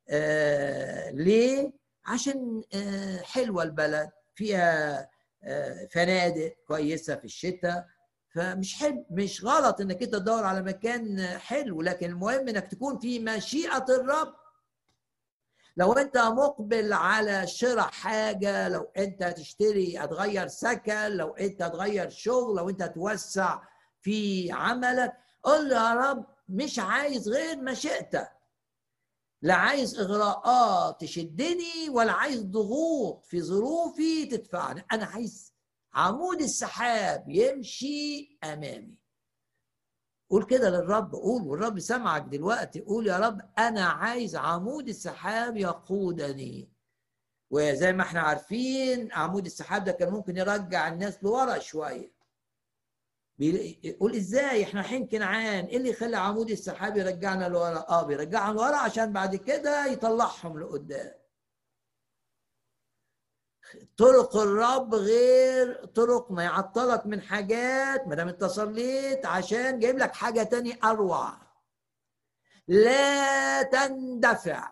Speaker 1: ليه؟ عشان حلوة البلد، فيها فنادق كويسة في الشتاء. فمش حلو، مش غلط انك انت تدور على مكان حلو، لكن المهم انك تكون في مشيئة الرب. لو انت مقبل على شراء حاجة، لو انت هتشتري، هتغير سكن، لو انت هتغير شغل، لو انت هتوسع في عملك، قل له يا رب مش عايز غير مشيئتك، لا عايز اغراءات تشدني ولا عايز ضغوط في ظروفي تدفعني، انا عايز عمود السحاب يمشي امامي. قول كده للرب، قول والرب سمعك دلوقتي، قول يا رب انا عايز عمود السحاب يقودني. وزي ما احنا عارفين عمود السحاب ده كان ممكن يرجع الناس لورا شويه. قول ازاي احنا رايحين كنعان، ايه اللي يخلي عمود السحاب يرجعنا لورا؟ بيرجعنا لورا عشان بعد كده يطلعهم لقدام. طرق الرب غير طرق، ما يعطلك من حاجات ما دام انت صليت عشان جايب لك حاجه تاني اروع. لا تندفع،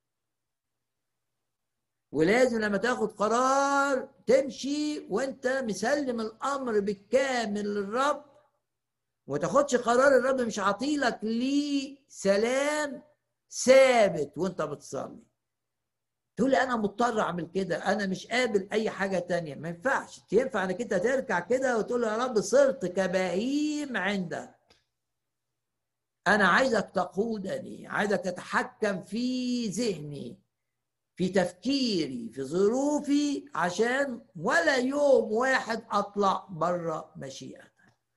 Speaker 1: ولازم لما تاخد قرار تمشي وانت مسلم الامر بالكامل للرب، وما تاخدش قرار الرب مش عاطيلك ليه سلام ثابت وانت بتصلي. تقول لي انا مضطر اعمل كده، انا مش قابل اي حاجه تانية. ما ينفعش، ينفع انك انت تركع كده وتقول له يا رب صرت كبهيم عندك، انا عايزك تقودني، عايزك تتحكم في ذهني، في تفكيري، في ظروفي، عشان ولا يوم واحد اطلع بره مشيئتك.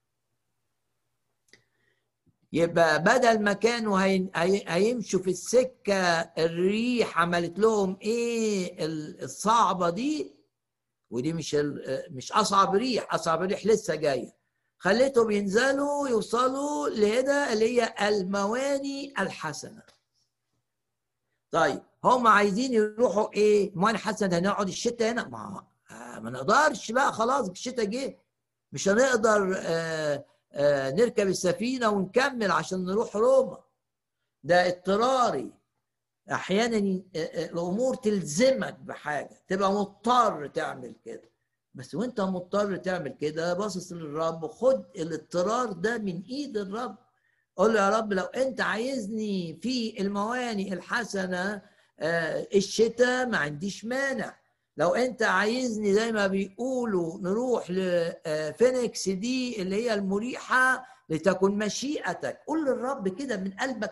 Speaker 1: يبقى بدل ما كانوا هيمشوا في السكه الريح عملت لهم ايه الصعبه دي، ودي مش اصعب ريح، اصعب ريح لسه جايه، خليتهم ينزلوا يوصلوا لهنا اللي هي المواني الحسنه. طيب هم عايزين يروحوا ايه؟ مواني حسنه، هنقعد الشتاء هنا؟ ما نقدرش بقى، خلاص الشتاء جه، مش هنقدر نركب السفينه ونكمل عشان نروح روما، ده اضطراري. احيانا الامور تلزمك بحاجه تبقى مضطر تعمل كده، بس وانت مضطر تعمل كده باصص للرب، خد الاضطرار ده من ايد الرب، قول له يا رب لو انت عايزني في الموانئ الحسنه الشتاء ما عنديش مانع، لو انت عايزني زي ما بيقولوا نروح لفينيكس دي اللي هي المريحه، لتكن مشيئتك. قول للرب كده من قلبك،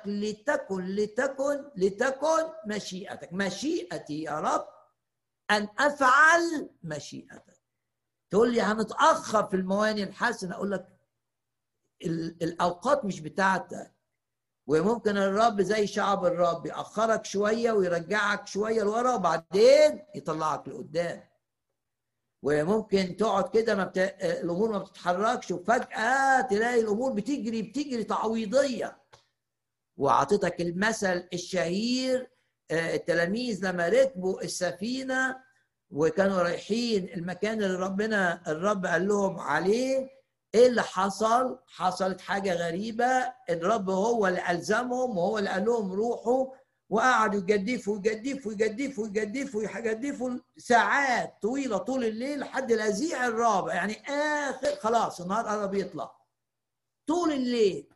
Speaker 1: لتكن مشيئتك، مشيئتي يا رب ان افعل مشيئتك. تقول لي هنتاخر في الموانئ الحسنه، اقول لك الاوقات مش بتاعتك، وممكن الرب زي شعب الرب يأخرك شوية ويرجعك شوية لورا وبعدين يطلعك لقدام، وممكن تقعد كده الأمور ما بتتحركش وفجأة تلاقي الأمور بتجري تعويضية. وعطيتك المثل الشهير، التلاميذ لما ركبوا السفينة وكانوا رايحين المكان اللي الرب قال لهم عليه، ايه اللي حصل؟ حصلت حاجه غريبه، الرب هو اللي الزمهم وهو اللي قال لهم روحوا، وقعدوا يجدفوا ساعات طويله طول الليل لحد الهزيع الرابع، يعني اخر خلاص النهار قرب يطلع، طول الليل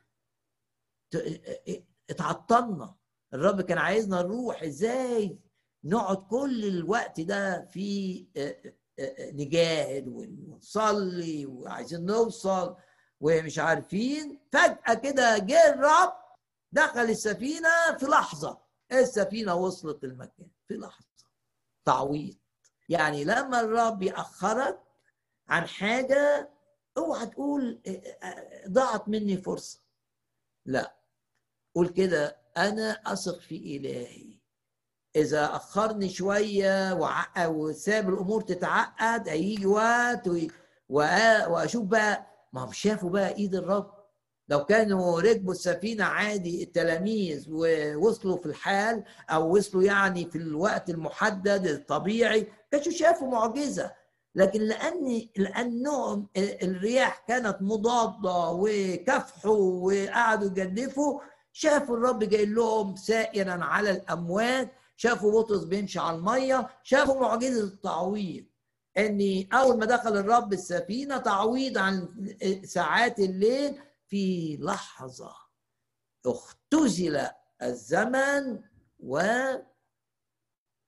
Speaker 1: اتعطلنا. الرب كان عايزنا نروح ازاي؟ نقعد كل الوقت ده في نجاهد ونصلي وعايزين نوصل ومش عارفين، فجأة كده جه الرب دخل السفينة في لحظة، السفينة وصلت المكان في لحظة. تعويض. يعني لما الرب يأخرك عن حاجة اوعى تقول ضاعت مني فرصة، لا، قول كده انا اثق في الهي، اذا اخرني شويه وساب الامور تتعقد هيجي وقت واشوف بقى. ما هم شافوا بقى ايد الرب، لو كانوا ركبوا السفينه عادي التلاميذ ووصلوا في الحال او وصلوا يعني في الوقت المحدد الطبيعي كانوا شافوا معجزه، لكن لانهم الرياح كانت مضاده وكافحوا وقعدوا يجدفوا، شافوا الرب جاي لهم سائرا على الامواج، شافوا بطرس بيمشي على الميه، شافوا معجزه التعويض، ان اول ما دخل الرب السفينه تعويض عن ساعات الليل، في لحظه اختزل الزمن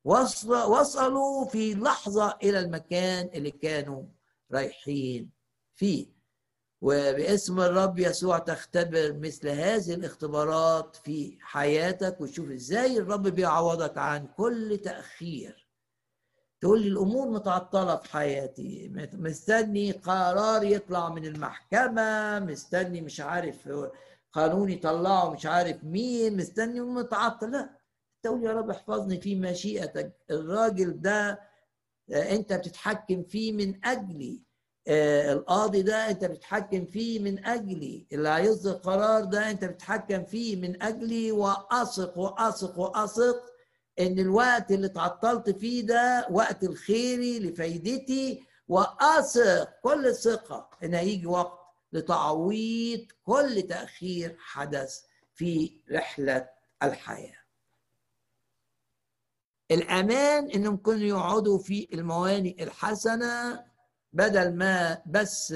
Speaker 1: وصلوا في لحظة إلى المكان اللي كانوا رايحين فيه. وباسم الرب يسوع تختبر مثل هذه الاختبارات في حياتك، وتشوف ازاي الرب بيعوضك عن كل تأخير. تقول لي الأمور متعطلة في حياتي، مستني قرار يطلع من المحكمة، مستني مش عارف قانون يطلعه مش عارف مين، مستني متعطل. لا، تقول يا رب احفظني في مشيئتك. الراجل ده انت بتتحكم فيه من اجلي، القاضي ده انت بتتحكم فيه من اجلي، اللي هيصدر قرار ده انت بتتحكم فيه من اجلي. واثق واثق واثق ان الوقت اللي اتعطلت فيه ده وقت الخيري لفايدتي، واثق كل الثقه ان هيجي وقت لتعويض كل تاخير حدث في رحله الحياه. الأمان إنهم كانوا يقعدوا في الموانئ الحسنة، بدل ما بس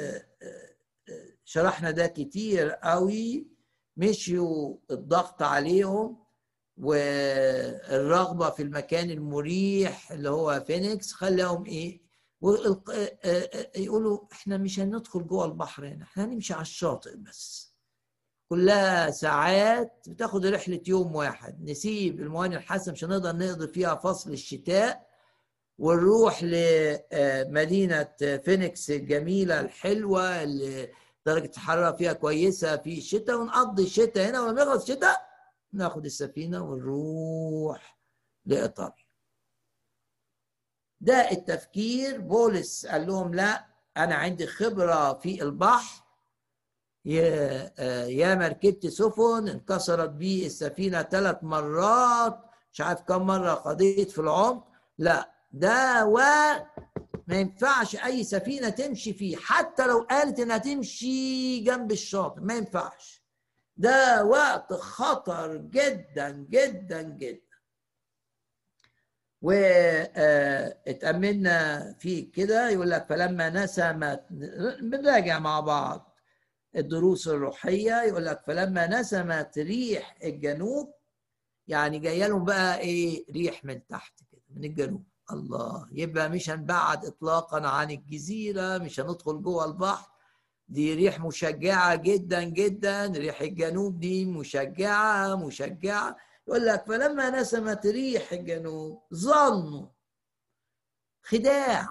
Speaker 1: شرحنا ده كتير قوي، مشيوا الضغط عليهم والرغبة في المكان المريح اللي هو فينيكس خلاهم إيه؟ يقولوا إحنا مش هندخل جوه البحر هنا، إحنا هنمشي على الشاطئ بس. كلها ساعات بتاخد رحلة يوم واحد، نسيب الموانئ الحسنة مش هنقدر نقضي فيها فصل الشتاء، ونروح لمدينة فينيكس الجميلة الحلوة اللي درجة الحرارة فيها كويسة في الشتاء، ونقضي الشتاء هنا، ولما يخلص الشتاء ناخد السفينة ونروح لإيطاليا. ده التفكير. بولس قال لهم لا، أنا عندي خبرة في البحر، يا مركبة سفن انكسرت بي السفينة 3 مرات، مش عارف كم مرة قضيت في العمق. لا، ده ما ينفعش أي سفينة تمشي فيه، حتى لو قالت إنها تمشي جنب الشاطئ ما ينفعش. ده وقت خطر جدا جدا جدا. واتأملنا فيه كده، يقول لك فلما نسمت، بنراجع مع بعض الدروس الروحية، يقول لك فلما نسمت ريح الجنوب، يعني جايه لهم بقى ايه؟ ريح من تحت كده من الجنوب. الله، يبقى مش هنبعد اطلاقا عن الجزيرة، مش هندخل جوه البحر. دي ريح مشجعة جدا جدا، ريح الجنوب دي مشجعة مشجعة. يقول لك فلما نسمت ريح الجنوب ظنوا، خداع،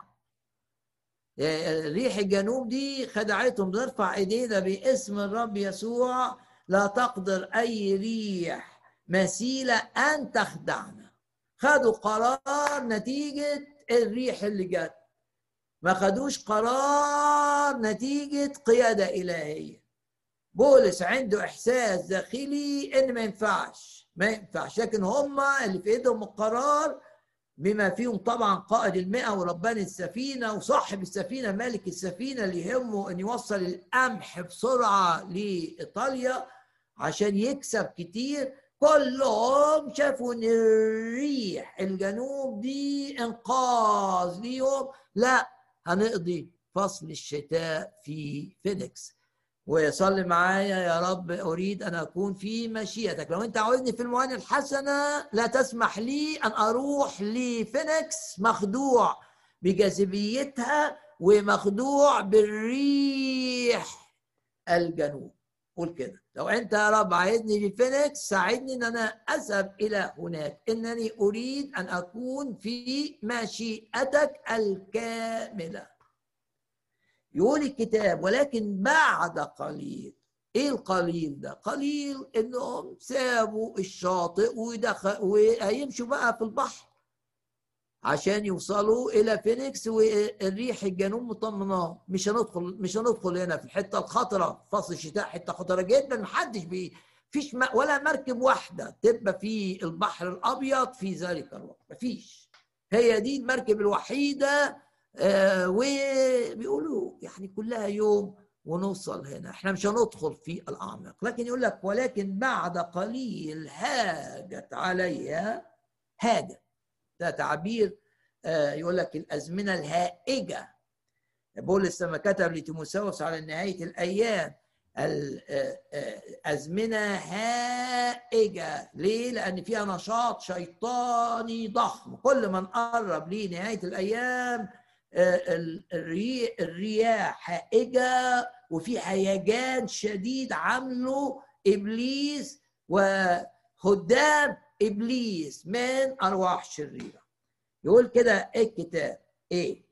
Speaker 1: ريح الجنوب دي خدعتهم. نرفع ايدينا باسم الرب يسوع، لا تقدر اي ريح مثيلة ان تخدعنا. خدوا قرار نتيجة الريح اللي جت، ما خدوش قرار نتيجة قيادة إلهية. بولس عنده احساس داخلي ان ما ينفعش، لكن هم اللي في ايدهم القرار، بما فيهم طبعا قائد المئة وربان السفينة وصاحب السفينة مالك السفينة اللي يهمه ان يوصل القمح بسرعة لإيطاليا عشان يكسب كتير. كلهم شافوا ان الريح الجنوب دي انقاذ ليهم. لا، هنقضي فصل الشتاء في فينيكس. ويصلي معايا يا رب أريد أن أكون في مشيئتك. لو أنت عاوزني في الموانئ الحسنة لا تسمح لي أن أروح لفينيكس مخدوع بجاذبيتها ومخدوع بالريح الجنوب. قول كده، لو أنت يا رب عايزني في فينيكس ساعدني أن أنا أذهب إلى هناك، إنني أريد أن أكون في مشيئتك الكاملة. يقول الكتاب ولكن بعد قليل. ايه القليل ده؟ قليل انهم سابوا الشاطئ وهيمشوا بقى في البحر عشان يوصلوا الى فينيكس، والريح الجنوب مطمناه. مش هندخل هنا في الحته الخطره، فصل الشتاء حته خطره جدا، محدش فيش ولا مركب واحده تبقى في البحر الابيض في ذلك الوقت، مفيش. هي دي المركب الوحيده. وبيقولوا يعني كلها يوم ونوصل هنا، احنا مش هندخل في الاعماق. لكن يقول لك ولكن بعد قليل هاجت عليها. هاجت ده تعبير يقول لك الازمنه الهائجه. بولس لما كتب لتيموثاوس على نهايه الايام الأزمنة هائجة. ليه؟ لأن فيها نشاط شيطاني ضخم. كل ما نقرب لنهاية الأيام الرياح هائجة، وفي هيجان شديد عامله إبليس وخدام إبليس من أرواح شريرة. يقول كده الكتاب إيه؟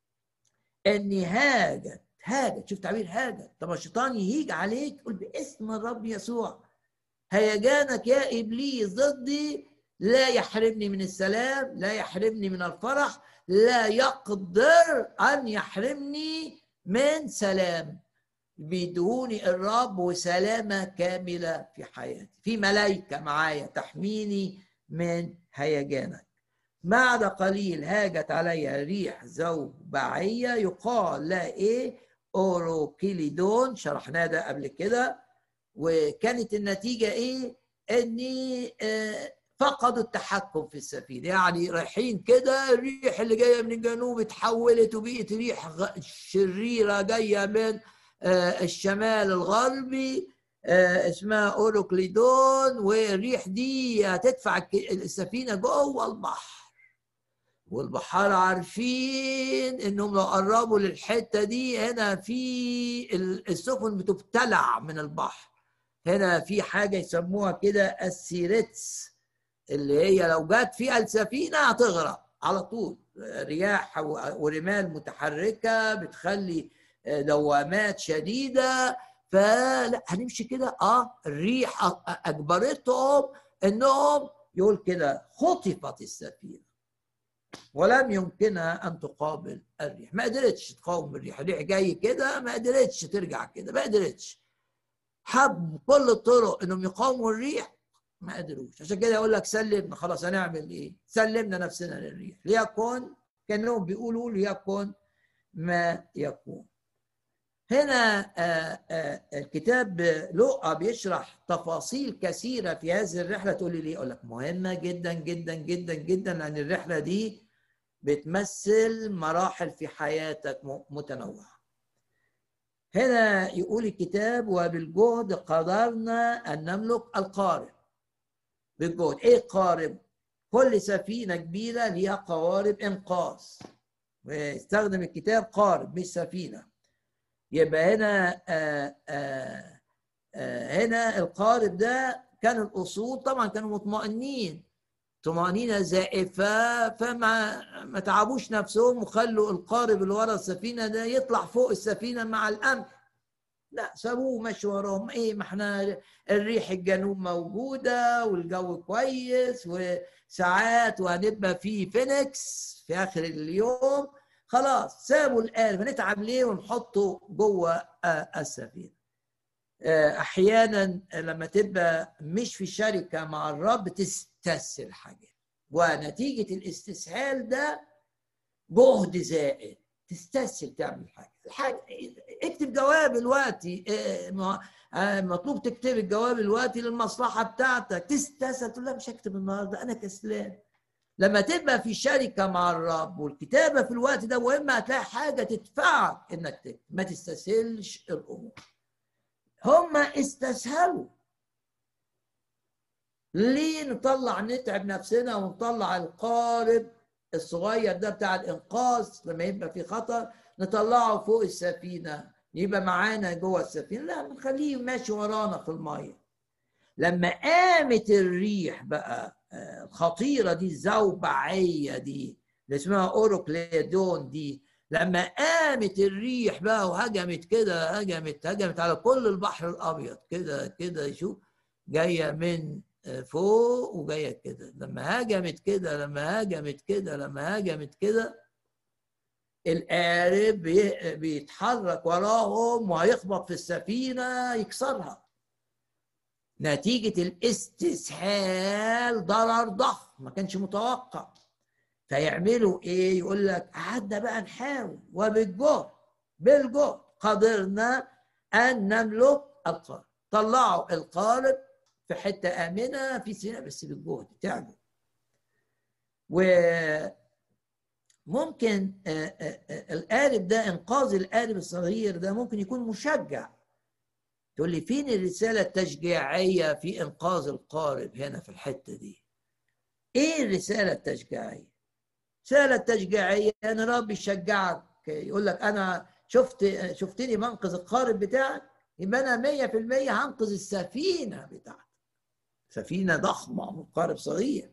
Speaker 1: إن هاجت، شوف تعبير هاجت. طب الشيطان يهيج عليك، قل باسم الرب يسوع هيجانك يا إبليس ضدي لا يحرمني من السلام، لا يحرمني من الفرح، لا يقدر أن يحرمني من سلام. بيدوني الرب وسلامة كاملة في حياتي، في ملائكة معايا تحميني من هيجانك. بعد قليل هاجت علي ريح زوبعية يقال لها ايه؟ اوروكيليدون، شرحناه ده قبل كده. وكانت النتيجة ايه؟ اني فقدوا التحكم في السفينة. يعني رايحين كده، الريح اللي جاية من الجنوب اتحولت وبقت ريح شريرة جاية من الشمال الغربي اسمها اوروكليدون. والريح دي هتدفع السفينة جوه البحر، والبحارة عارفين انهم لو قربوا للحتة دي هنا في السفن بتبتلع من البحر. هنا في حاجة يسموها كده السيرتس، اللي هي لو جت فيها السفينة هتغرق على طول. رياح ورمال متحركة بتخلي دوامات شديدة. فلا هنمشي كده. الريح اجبرتهم انهم، يقول كده، خطفت السفينة ولم يمكنها ان تقابل الريح. ما قدرتش تقاوم الريح. الريح جاي كده، ما قدرتش ترجع كده، ما قدرتش. حب كل الطرق انهم يقاوموا الريح، ما قدروش. عشان كده يقول لك سلمنا، خلاص هنعمل ايه؟ سلمنا نفسنا للريح. ليكن، كانهم بيقولوا ليكن ما يكون. هنا الكتاب لوقا بيشرح تفاصيل كثيره في هذه الرحله. تقول لي ليه؟ اقول لك مهمه جدا جدا جدا جدا، لان الرحله دي بتمثل مراحل في حياتك متنوعة. هنا يقول الكتاب وبالجهد قدرنا أن نملك القارب. بالجهد. إيه قارب؟ كل سفينة كبيرة ليها قوارب إنقاذ، ويستخدم الكتاب قارب مش سفينة. يبقى هنا هنا القارب ده كان الأصول طبعا كانوا مطمئنين طمأنينة زائفة، فما تعبوش نفسهم وخلوا القارب اللي ورا السفينة ده يطلع فوق السفينة مع القمح. لا، سابوه مشوا وراهم. ايه، ما احنا الريح الجنوب موجودة والجو كويس وساعات وهنبقى في فينيكس في آخر اليوم. خلاص سابوا القارب، هنتعب ليه ونحطه جوه السفينة. احيانا لما تبقى مش في شركه مع الرب تستسهل حاجات، ونتيجه الاستسهال ده جهد زائد. تستسهل تعمل حاجه. اكتب جواب دلوقتي، مطلوب تكتب الجواب دلوقتي للمصلحه بتاعتك. تستسهل تقول لا مش هكتب النهارده انا كسلان. لما تبقى في شركه مع الرب والكتابه في الوقت ده مهمه، هتلاقي حاجه تدفعك انك تكتب. ما تستسهلش الامور. هم استسهلوا. ليه نطلع نتعب نفسنا ونطلع القارب الصغير ده بتاع الإنقاذ لما يبقى في خطر نطلعه فوق السفينة يبقى معانا جوه السفينة؟ لا، نخليه ماشي ورانا في المية. لما قامت الريح بقى الخطيرة دي، الزوبعية دي اللي اسمها أوروكليدون دي، لما قامت الريح بقى وهجمت كده، هجمت على كل البحر الأبيض كده كده، شوف جاية من فوق وجاية كده. لما هجمت كده القارب بيتحرك وراهم وهيخبط في السفينة يكسرها. نتيجة الاستسهال ضرر ضخم ما كانش متوقع. فيعملوا ايه؟ يقول لك قعدنا بقى نحاول بالجهد قدرنا ان نملك القارب. طلعوا القارب في حته امنه في سيناء، بس بالجهد تعبوا. وممكن القارب ده، انقاذ القارب الصغير ده ممكن يكون مشجع تقول لي فين الرسالة التشجيعية في إنقاذ القارب هنا في الحتة دي؟ إيه الرسالة التشجيعية؟ الرسالة التشجيعية أن رب يشجعك، يقول لك أنا شفتني بنقذ القارب بتاعك، يبقى أنا 100% هنقذ السفينة بتاعتك. سفينة ضخمة وقارب صغير.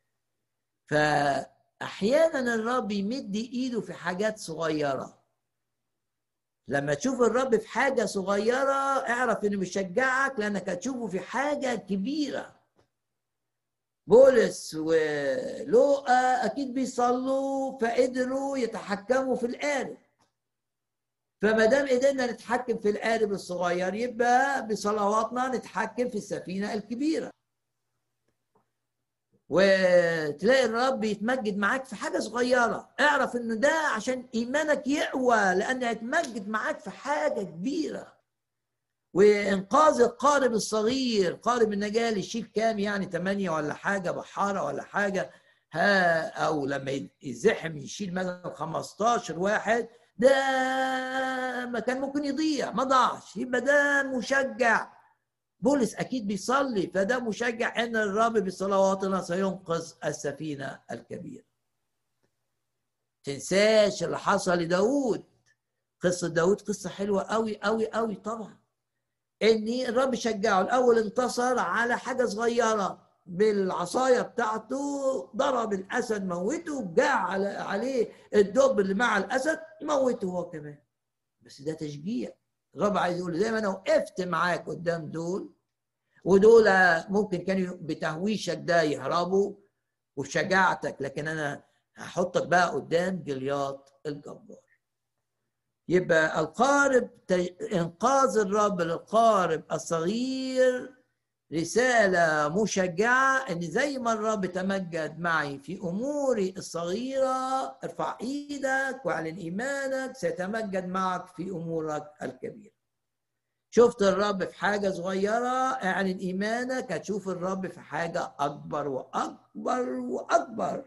Speaker 1: فأحيانا الرب يمد إيده في حاجات صغيرة. لما تشوف الرب في حاجة صغيرة اعرف إنه بيشجعك، لأنك هتشوفه في حاجة كبيرة. بولس ولوقا أكيد بيصلوا فقدروا يتحكموا في القارب. فما دام قدرنا نتحكم في القارب الصغير يبقى بصلواتنا نتحكم في السفينة الكبيرة. وتلاقي الرب يتمجد معاك في حاجة صغيرة، اعرف انه ده عشان ايمانك يقوى، لانه يتمجد معاك في حاجة كبيرة. وانقاذ القارب الصغير، قارب النجاة يشيل كام يعني 8 ولا حاجة بحارة ولا حاجة، او لما يزحم يشيل مثلا 15 واحد، ده ما كان ممكن يضيع، ما ضاعش. يبقى ده مشجع. بولس اكيد بيصلي، فده مشجع ان الرب بصلواتنا سينقذ السفينه الكبيره. تنساش اللي حصل لداود. قصه داود قصه حلوه قوي قوي قوي طبعا. ان الرب شجعه الاول، انتصر على حاجه صغيره بالعصايه بتاعته، ضرب الاسد موته، جاء عليه الدب اللي مع الاسد موته هو كمان. بس ده تشجيع. الرب عايز يقول زي ما انا وقفت معاك قدام دول، ودول ممكن كانوا بتهويشك ده يهربوا وشجاعتك، لكن انا هحطك بقى قدام جلياط الجبار. يبقى القارب، انقاذ الرب للقارب الصغير رسالة مشجعة، ان زي ما الرب تمجد معي في اموري الصغيرة، ارفع ايدك واعلن ايمانك، سيتمجد معك في امورك الكبيرة. شفت الرب في حاجة صغيرة، اعلن إيمانك، هتشوف الرب في حاجة أكبر وأكبر وأكبر.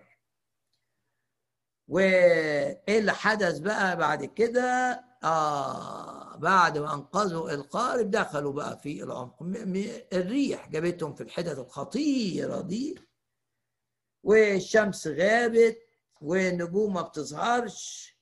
Speaker 1: وإيه اللي حدث بقى بعد كده؟ بعد ما أنقذوا القارب دخلوا بقى في العمق. الريح جابتهم في الحتت الخطيرة دي، والشمس غابت، والنجوم ما بتظهرش،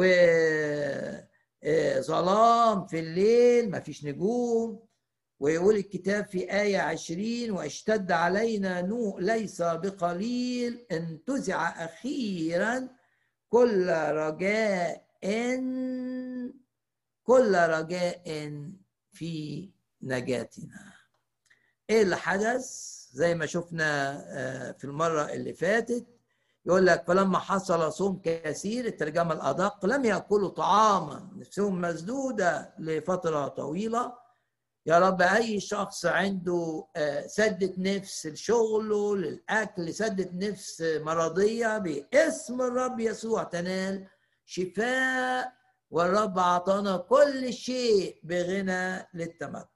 Speaker 1: ظلام في الليل، ما فيش نجوم. ويقول الكتاب في آية 20: واشتد علينا نوء ليس بقليل، انتزع أخيرا كل رجاء في نجاتنا. ايه اللي حدث؟ زي ما شفنا في المرة اللي فاتت، يقول لك فلما حصل صوم كثير، الترجمة الأدق، لم يأكلوا طعاما، نفسهم مسدودة لفترة طويلة. يا رب أي شخص عنده سدة نفس لشغله، للأكل، سدة نفس مرضية، باسم الرب يسوع تنال شفاء، والرب أعطانا كل شيء بغنى للتمتع.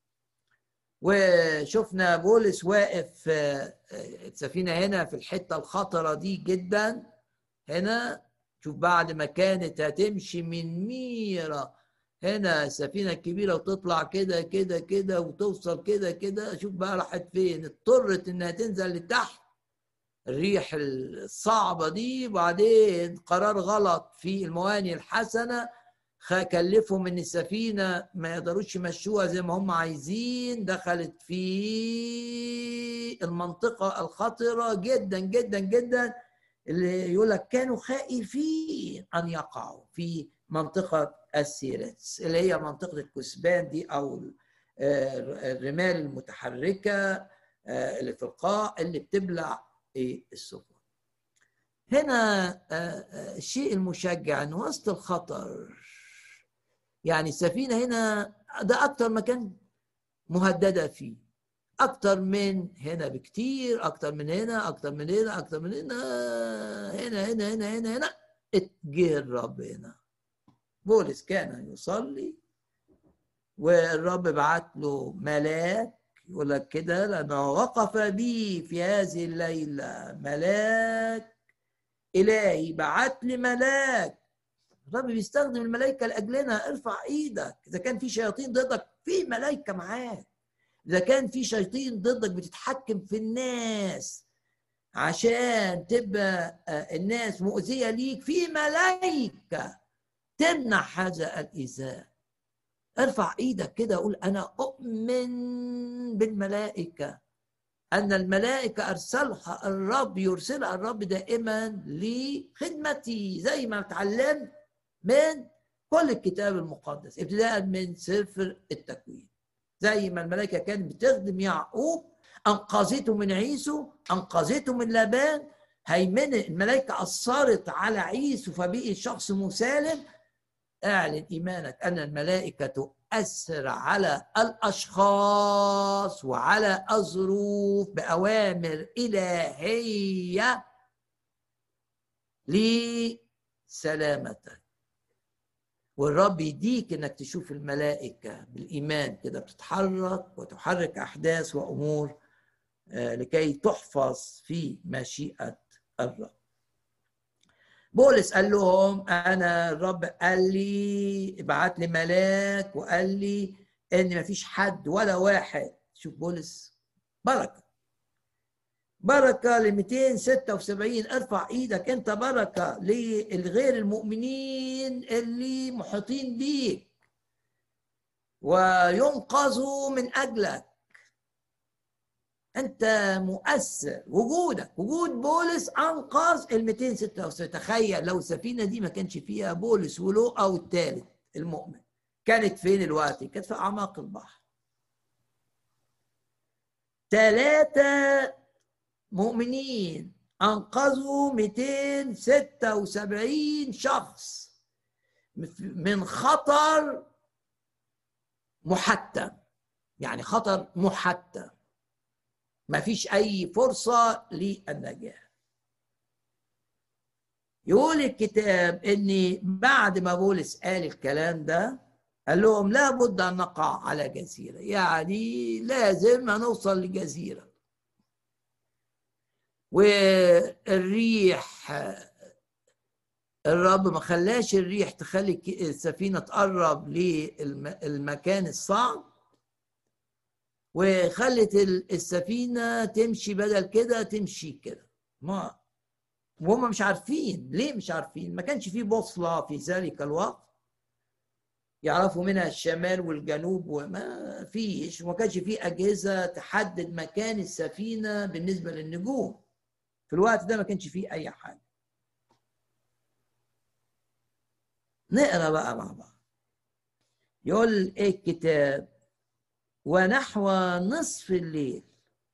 Speaker 1: وشفنا بولس واقف السفينة هنا في الحتة الخطرة دي جدا. هنا شوف بعد ما كانت هتمشي من ميرا، هنا السفينة الكبيرة وتطلع كده كده كده وتوصل كده كده، شوف بقى راحت فين. اضطرت انها تنزل لتحت، الريح الصعبة دي، وبعدين قرار غلط في المواني الحسنة كلفهم ان السفينة ما يقدروش يمشوها زي ما هم عايزين، دخلت في المنطقة الخطرة جدا جدا جدا، اللي يقول لك كانوا خائفين ان يقعوا في منطقة السيرتس، اللي هي منطقة الكثبان دي، او الرمال المتحركة اللي في القاع اللي بتبلع السفن. هنا الشيء المشجع ان وسط الخطر، يعني السفينة هنا ده أكتر مكان مهددة فيه، أكتر من هنا بكتير، أكتر من هنا، أكتر من هنا، أكتر من هنا، هنا هنا هنا هنا هنا اتجه الرب هنا. بولس كان يصلي والرب بعت له ملاك، يقول لك كده، لأنه وقف بي في هذه الليلة ملاك إلهي، بعت لي ملاك. الرب بيستخدم الملائكة لأجلنا. ارفع ايدك إذا كان في شياطين ضدك في ملائكة معاك. إذا كان في شياطين ضدك بتتحكم في الناس عشان تبقى الناس مؤذية ليك، في ملائكة تمنع هذا الإيذاء. ارفع ايدك كده وقول أنا أؤمن بالملائكة، أن الملائكة أرسلها الرب، يرسلها الرب دائما لخدمتي، زي ما اتعلمت من كل الكتاب المقدس ابتداء من سفر التكوين. زي ما الملائكة كانت بتخدم يعقوب، أنقذته من عيسو، أنقذته من لابان، هيمنة الملائكة أثرت على عيسو فبقي شخص مسالم. اعلن إيمانك أن الملائكة تؤثر على الأشخاص وعلى الظروف بأوامر إلهية لسلامتك. والرب يديك انك تشوف الملائكة بالإيمان كده بتتحرك وتحرك أحداث وأمور لكي تحفظ في مشيئة الرب. بولس قال لهم أنا الرب قال لي ابعت لي ملاك وقال لي إن مفيش حد ولا واحد. شوف بولس بركة، بركة ل 276. ارفع ايدك انت بركة للغير المؤمنين اللي محيطين بيك وينقذوا من اجلك. انت مؤثر، وجود بولس انقذ ال 276. تخيل لو السفينة دي ما كانش فيها بولس ولوقا والثالث المؤمن، كانت فين الوقت؟ كانت في اعماق البحر. 3 مؤمنين أنقذوا 276 شخص من خطر محتم. يعني خطر محتم، ما فيش أي فرصة للنجاة. يقول الكتاب إن بعد ما بولس قال الكلام ده قال لهم لابد أن نقع على جزيرة، يعني لازم نوصل لجزيرة. والريح، الرب ما خلاش الريح تخلي السفينة تقرب للمكان الصعب، وخلت السفينة تمشي بدل كده تمشي كده. وهم مش عارفين ليه، مش عارفين، ما كانش فيه بوصلة في ذلك الوقت يعرفوا منها الشمال والجنوب، وما فيش، وما كانش فيه أجهزة تحدد مكان السفينة بالنسبة للنجوم. في الوقت ده ما كانش فيه أي حاجة. نقرأ بقى مع بعض. يقول إيه الكتاب؟ ونحو نصف الليل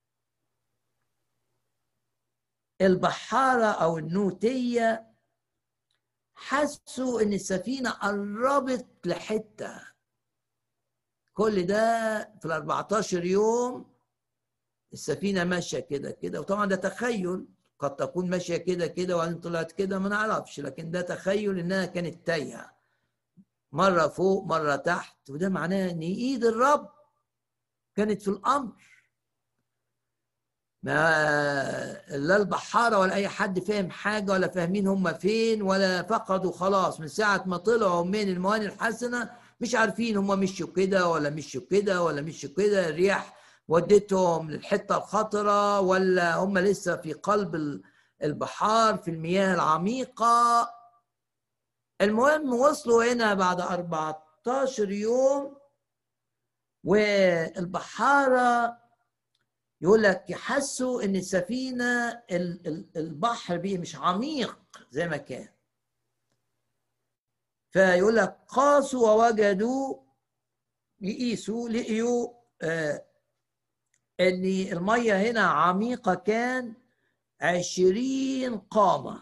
Speaker 1: البحارة أو النوتية حسوا إن السفينة قربت لحتة. كل ده في 14 يوم السفينة ماشية كده كده، وطبعا ده تخيل، قد تكون ماشية كده كده وبعدين طلعت كده، ما نعرفش، لكن ده تخيل إنها كانت تايهة، مرة فوق مرة تحت، وده معناه إن إيد الرب كانت في الأمر. ما لا البحارة ولا أي حد فاهم حاجة ولا فاهمين هم فين، ولا فقدوا خلاص من ساعة ما طلعوا من الموانئ الحسنة مش عارفين هم مشوا كده ولا مشوا كده ولا مشوا كده، الرياح ودتهم للحتة الخطرة ولا هم لسه في قلب البحار في المياه العميقة. المهم وصلوا هنا بعد 14 يوم، والبحارة يقول لك يحسوا ان السفينة البحر بيه مش عميق زي ما كان، فيقول لك قاسوا ووجدوا، يقيسوا لقيوا ان المية هنا عميقة، كان 20 قامة.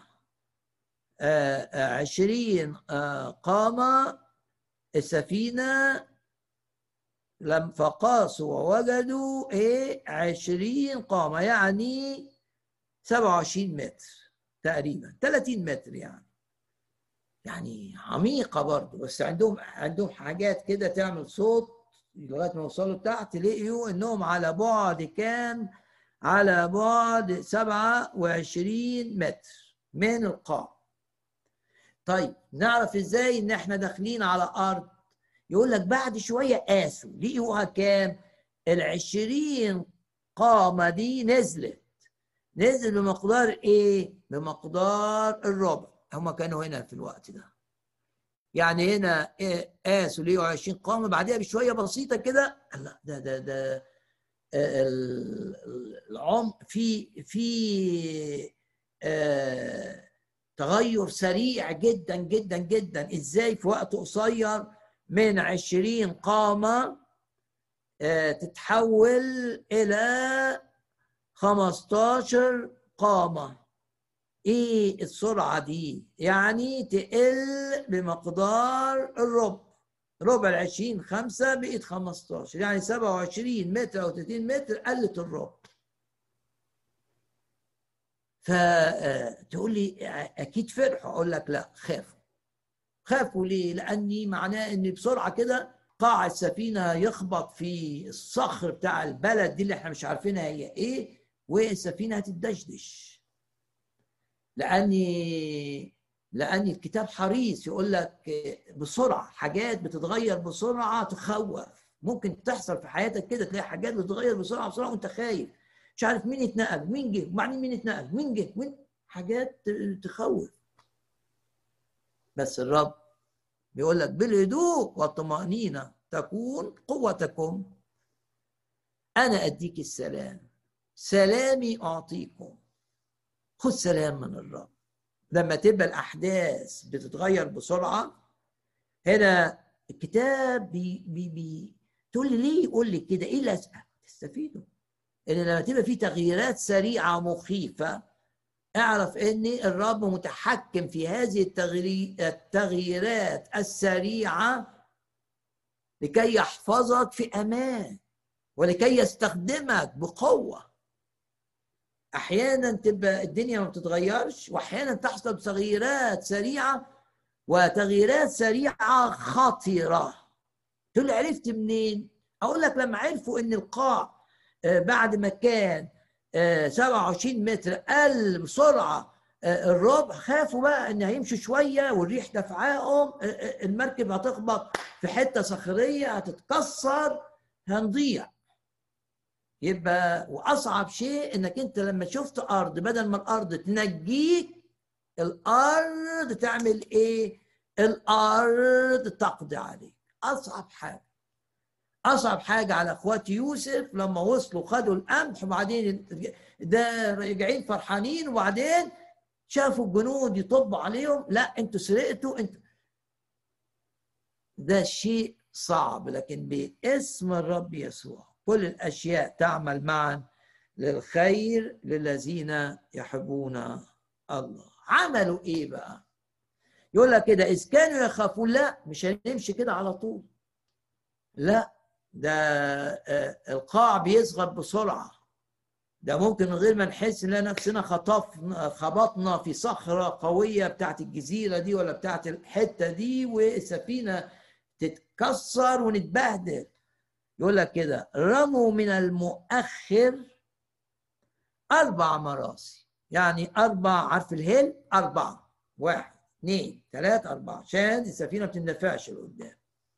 Speaker 1: 20 قامة السفينة. لم فقاسوا ووجدوا 20 قامة، يعني 27 متر تقريبا، 30 متر يعني عميقة برضه، بس عندهم حاجات كده تعمل صوت لغاية ما يوصلوا تحت. لقيوا انهم على بعد، كان على بعد 27 متر من القاع. طيب نعرف ازاي ان احنا داخلين على ارض يقول لك بعد شوية قاسوا لقيوها كام؟ 20 قامة دي نزل بمقدار ايه؟ بمقدار الربع. هم كانوا هنا في الوقت ده، يعني هنا قاسوا لقيوا 20 قامة، بعدها بشوية بسيطة كده لا ده العمق في تغير سريع جدا جدا جدا. ازاي في وقت قصير من 20 قامة تتحول إلى 15 قامة؟ ايه السرعة دي؟ يعني تقل بمقدار الربع. ربع 20 5 بقت 15، يعني 27 متر او 30 متر قلت الربع. فتقول لي اكيد فرحوا، اقول لك لا، خافوا ليه؟ لاني معناه ان بسرعه كده قاع السفينه يخبط في الصخر بتاع البلد دي اللي احنا مش عارفينها هي ايه، والسفينه هتدشدش. لأن الكتاب حريص يقول لك بسرعة، حاجات بتتغير بسرعة تخوف. ممكن تحصل في حياتك كده، تلاقي حاجات بتتغير بسرعة وانت خايف، مش عارف مين اتنقل مين جه وبعدين مين اتنقل مين جه حاجات تخوف. بس الرب بيقول لك بالهدوء والطمأنينة تكون قوتكم، أنا أديك السلام، سلامي أعطيكم. خذ سلام من الرب. لما تبقى الأحداث بتتغير بسرعة، هنا الكتاب تقول لي ليه؟ يقول لي كده إيه اللي تستفيدوا؟ إن لما تبقى في تغييرات سريعة مخيفة، اعرف إن الرب متحكم في هذه التغييرات السريعة لكي يحفظك في أمان ولكي يستخدمك بقوة. أحيانا تبقى الدنيا ما بتتغيرش، وأحيانا تحصل تغييرات سريعة، وتغييرات سريعة خطيرة. تقول لي عرفت منين؟ أقول لك لما عرفوا إن القاع بعد ما كان 27 متر قل بسرعة الربع، خافوا بقى إن هيمشوا شوية والريح دفعاهم، المركب هتخبط في حتة صخرية هتتكسر، هنضيع. يبقى واصعب شيء انك انت لما شفت ارض، بدل ما الارض تنجيك، الارض تعمل ايه؟ الارض تقضي عليك. اصعب حاجه على اخوات يوسف لما وصلوا خدوا القمح، وبعدين ده راجعين فرحانين، وبعدين شافوا الجنود يطبوا عليهم، لا انتوا سرقتوا انتوا. ده شيء صعب، لكن باسم الرب يسوع كل الاشياء تعمل معا للخير للذين يحبون الله. عملوا ايه بقى؟ يقول لك كده اذ كانوا يخافون. لا، مش هنمشي كده على طول، لا، ده القاع بيصغر بسرعه. ده ممكن من غير ما نحس نلاقي نفسنا خبطنا في صخره قويه بتاعت الجزيره دي ولا بتاعت الحته دي، والسفينه تتكسر ونتبهدل. يقول لك كده رموا من المؤخر 4 مراسي، يعني 4، عارف الهيل 4، 1 2 3 4، عشان السفينه ما بتندفعش لقدام.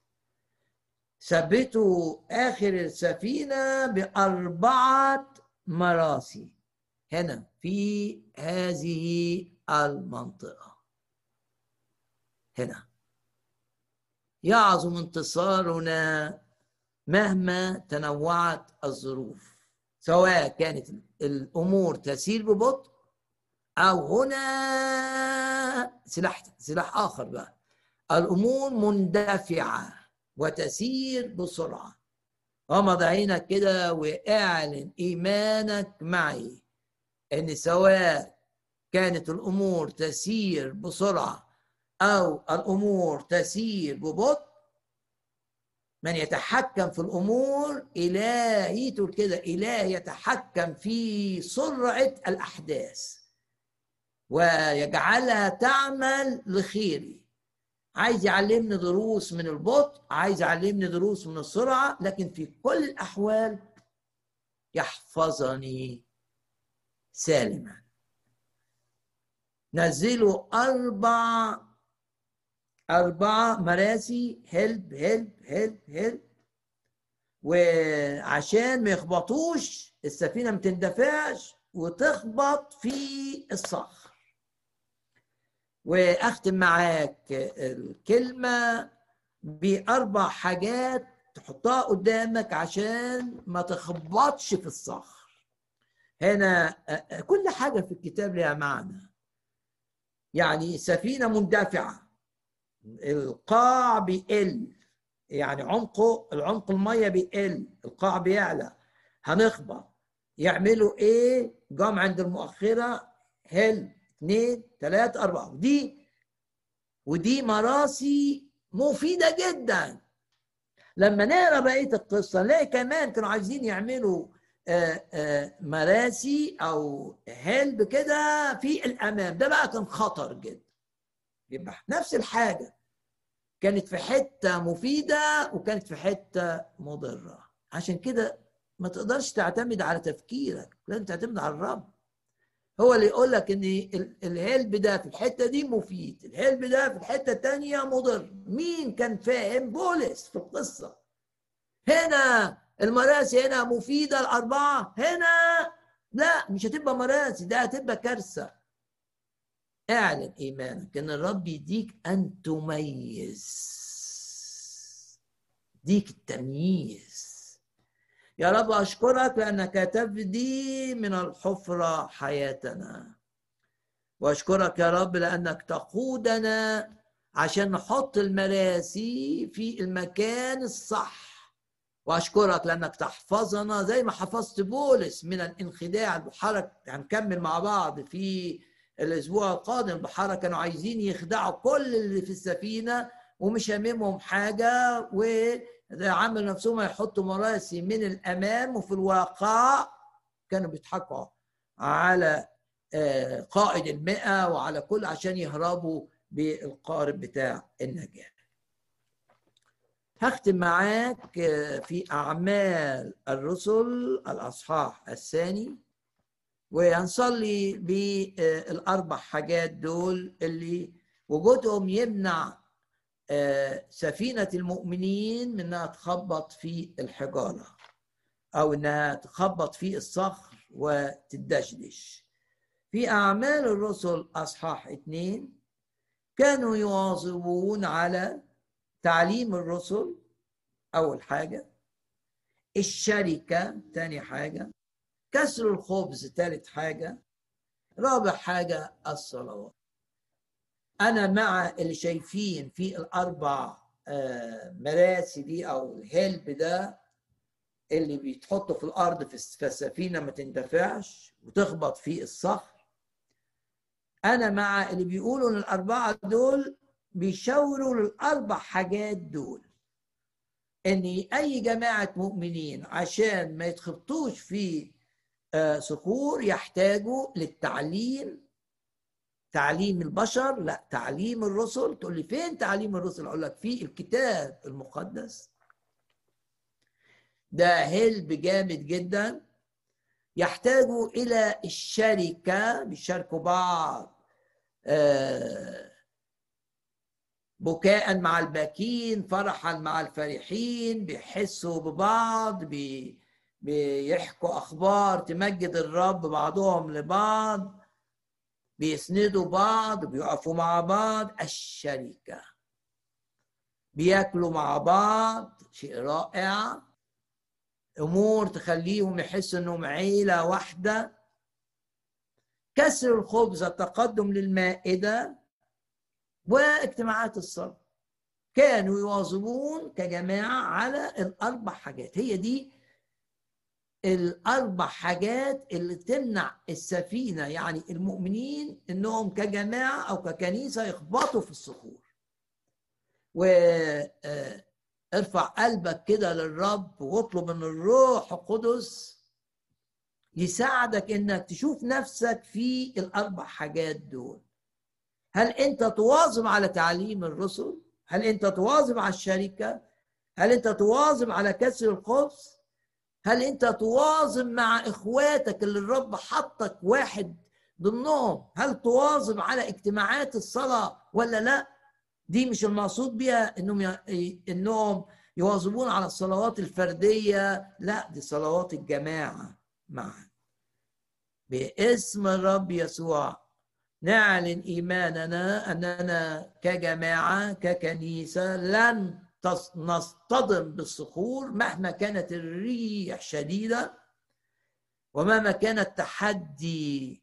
Speaker 1: ثبتوا اخر السفينه ب4 مراسي هنا في هذه المنطقه. هنا يعظم انتصارنا مهما تنوعت الظروف، سواء كانت الامور تسير ببطء او هنا سلاح اخر بقى، الامور مندفعه وتسير بسرعه. غمض عينك كده واعلن ايمانك معي ان سواء كانت الامور تسير بسرعه او الامور تسير ببطء، من يتحكم في الامور الهي. تقول كده اله يتحكم في سرعه الاحداث ويجعلها تعمل لخيري. عايز يعلمني دروس من البطء، عايز يعلمني دروس من السرعه، لكن في كل الاحوال يحفظني سالما. نزلوا 4 4 مراسي هلب هلب هلب هلب، وعشان ما يخبطوش السفينة ما تندفعش وتخبط في الصخر. وأختم معاك الكلمة ب4 حاجات تحطها قدامك عشان ما تخبطش في الصخر. هنا كل حاجة في الكتاب لها معنى. يعني سفينة مندفعة، القاع بيقل، يعني العمق المية بيقل، القاع بيعلى، هنخبط. يعملوا ايه؟ جم عند المؤخرة هل 2 3 4، ودي مراسي مفيدة جدا. لما نقرا بقية القصة نلاقي كمان كانوا عايزين يعملوا مراسي او هلب كده في الامام، ده بقى كان خطر جدا. يبقى نفس الحاجة كانت في حتة مفيدة وكانت في حتة مضرة. عشان كده ما تقدرش تعتمد على تفكيرك، لازم تعتمد على الرب. هو اللي يقول لك ان الهلب ده في الحتة دي مفيد، الهلب ده في الحتة التانية مضر. مين كان فاهم؟ بولس في القصة. هنا المراسي هنا مفيدة ال4، هنا لا، مش هتبقى مراسي، ده هتبقى كارثة. اعلن ايمانك ان الرب يديك ان تميز، ديك التمييز. يا رب أشكرك لأنك تفدي من الحفرة حياتنا، وأشكرك يا رب لأنك تقودنا عشان نحط المراسي في المكان الصح. وأشكرك لأنك تحفظنا زي ما حفظت بولس من الانخداع. البحارة هنكمل مع بعض في الأسبوع القادم. البحارة كانوا عايزين يخدعوا كل اللي في السفينة ومش هاممهم حاجة، وعملوا نفسهم يحطوا مراسي من الأمام، وفي الواقع كانوا بيضحكوا على قائد المئة وعلى كل عشان يهربوا بالقارب بتاع النجاة. هختم معاك في أعمال الرسل الأصحاح 2، وهنصلي بال4 حاجات دول اللي وجودهم يمنع سفينة المؤمنين من أنها تخبط في الحجارة أو أنها تخبط في الصخر وتدشدش. في أعمال الرسل أصحاح 2 كانوا يواظبون على تعليم الرسل أول حاجة، الشركة تاني حاجة، كسر الخبز تالت حاجة، رابع حاجة الصلوات. أنا مع اللي شايفين في ال4 مراسي دي أو الهلب ده اللي بيتحطوا في الأرض في السفينة ما تندفعش وتخبط في الصخر. أنا مع اللي بيقولوا إن ال4 دول بيشاوروا لل4 حاجات دول، إن أي جماعة مؤمنين عشان ما يتخبطوش في صخور يحتاجوا للتعليم. تعليم البشر؟ لا، تعليم الرسل. تقول لي فين تعليم الرسل؟ اقول لك في الكتاب المقدس. ده هلب جامد جدا. يحتاجوا الى الشركه، بيشاركوا بعض، بكاء مع الباكين، فرحا مع الفرحين، بيحسوا ببعض، بيحكوا اخبار تمجد الرب بعضهم لبعض، بيسندوا بعض، بيقفوا مع بعض. الشركة، بياكلوا مع بعض، شيء رائع. أمور تخليهم يحسوا أنهم عيلة واحدة. كسر الخبز، التقدم للمائدة، واجتماعات الصلاة. كانوا يواظبون كجماعة على ال4 حاجات. هي دي ال4 حاجات اللي تمنع السفينة، يعني المؤمنين، انهم كجماعة او ككنيسة يخبطوا في الصخور. وارفع قلبك كده للرب واطلب من الروح القدس يساعدك انك تشوف نفسك في ال4 حاجات دول. هل انت تواظب على تعليم الرسل؟ هل انت تواظب على الشركة؟ هل انت تواظب على كسر الخبز؟ هل انت تواظب مع اخواتك اللي الرب حطك واحد ضمنهم؟ هل تواظب على اجتماعات الصلاة ولا لا؟ دي مش المقصود بيها انهم يواظبون على الصلوات الفردية، لا، دي صلوات الجماعة معا. باسم الرب يسوع نعلن إيماننا أننا كجماعة ككنيسة لن نصطدم بالصخور مهما كانت الريح شديدة ومهما كان التحدي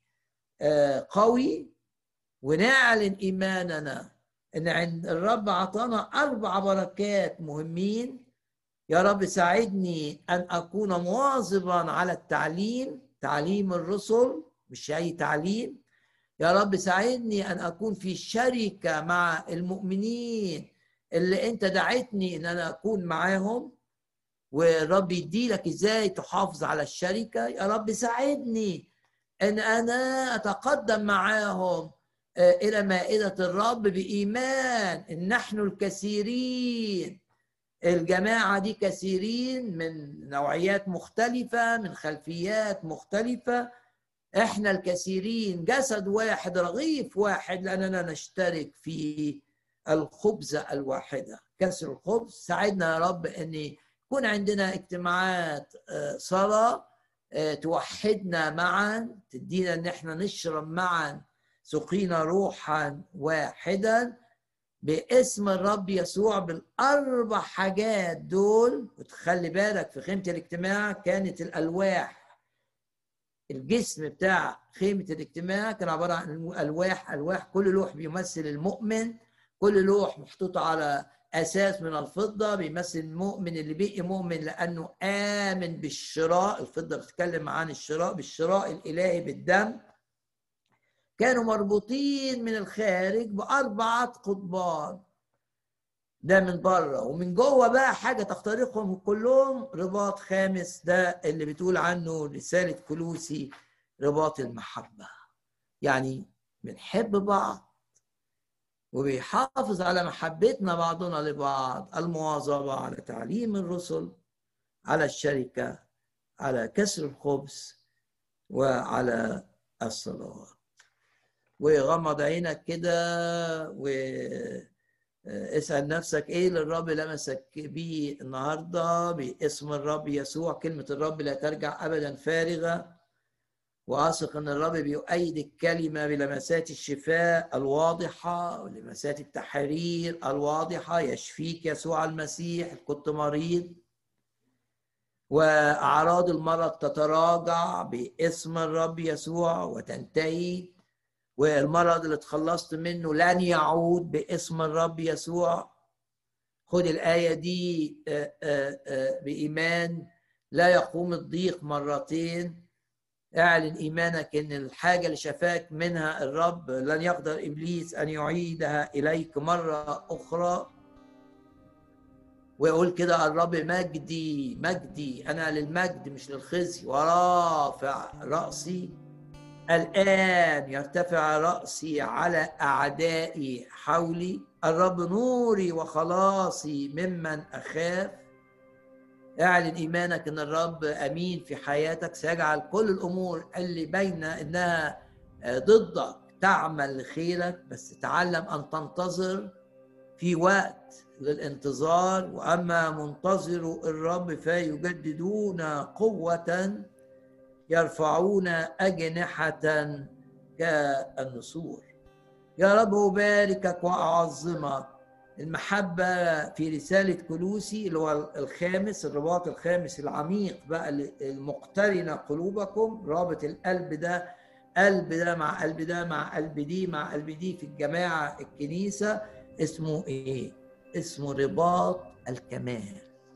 Speaker 1: قوي. ونعلن إيماننا أن عند الرب عطانا 4 بركات مهمين. يا رب ساعدني أن أكون مواظبا على التعليم، تعليم الرسل مش أي تعليم. يا رب ساعدني أن أكون في شركة مع المؤمنين اللي أنت دعيتني أن أنا أكون معاهم، والرب يدي لك إزاي تحافظ على الشركة. يا رب ساعدني أن أنا أتقدم معاهم إلى مائدة الرب بإيمان إن نحن الكثيرين، الجماعة دي كثيرين من نوعيات مختلفة من خلفيات مختلفة، احنا الكثيرين جسد واحد رغيف واحد لأننا نشترك في الخبزة الواحدة كسر الخبز. ساعدنا يا رب أن يكون عندنا اجتماعات صلاة توحدنا معا، تدينا ان احنا نشرب معا سقينا روحا واحدا باسم الرب يسوع. بال4 حاجات دول، وتخلي بالك في خيمة الاجتماع كانت الألواح، الجسم بتاع خيمة الاجتماع كان عبارة عن ألواح، كل لوح بيمثل المؤمن، كل لوح محطوط على أساس من الفضة بيمثل المؤمن اللي بقي مؤمن لأنه آمن بالشراء. الفضة بتتكلم عن الشراء، بالشراء الإلهي بالدم. كانوا مربوطين من الخارج ب4 قضبان، ده من بره، ومن جوه بقى حاجة تخترقهم كلهم، رباط خامس، ده اللي بتقول عنه رسالة كولوسي رباط المحبة. يعني بنحب بعض وبيحافظ على محبتنا بعضنا لبعض، المواظبة على تعليم الرسل، على الشركة، على كسر الخبز، وعلى الصلاة. وغمض عينك كده واسأل نفسك ايه اللي الرب لمسك بيه النهارده باسم الرب يسوع. كلمة الرب لا ترجع أبدا فارغة، وأثق أن الرب بيؤيد الكلمة بلمسات الشفاء الواضحة ولمسات التحرير الواضحة. يشفيك يسوع المسيح. كنت مريض وأعراض المرض تتراجع باسم الرب يسوع وتنتهي، والمرض اللي اتخلصت منه لن يعود باسم الرب يسوع. خد الآية دي بإيمان. لا يقوم الضيق مرتين. اعلن إيمانك إن الحاجة اللي شفاك منها الرب لن يقدر إبليس أن يعيدها إليك مرة أخرى. ويقول كده الرب مجدي مجدي، أنا للمجد مش للخزي، ورافع رأسي. الآن يرتفع رأسي على أعدائي حولي. الرب نوري وخلاصي ممن أخاف. اعلن إيمانك أن الرب أمين في حياتك، سيجعل كل الأمور اللي بين إنها ضدك تعمل لخيرك، بس تعلم أن تنتظر في وقت للانتظار. وأما منتظروا الرب فيجددون قوة، يرفعون أجنحة كالنسور. يا رب أباركك وأعظمك. المحبة في رسالة كولوسي اللي هو الخامس، الرباط الخامس العميق بقى المقترنة قلوبكم، رابط القلب ده، قلب ده مع قلب ده مع قلب دي مع قلب دي في الجماعة الكنيسة، اسمه ايه؟ اسمه رباط الكمال.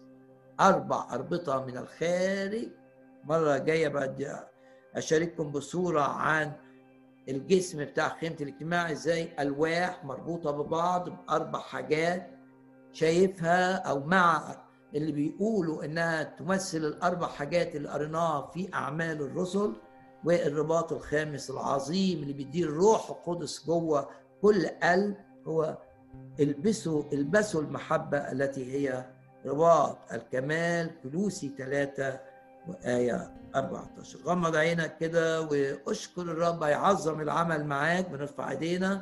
Speaker 1: 4 أربطة من الخارج. مرة جاية بعد أشارككم بصورة عن الجسم بتاع خيمة الاجتماع، ازاي ألواح مربوطة ببعض ب4 حاجات شايفها، أو مع اللي بيقولوا إنها تمثل ال4 حاجات اللي قريناها في أعمال الرسل. والرباط الخامس العظيم اللي بيدير الروح القدس جوه كل قلب هو البسوا المحبة التي هي رباط الكمال. كولوسي 3 وآية 14. غمض عينك كده واشكر الرب، هيعظم العمل معاك. بنرفع ايدينا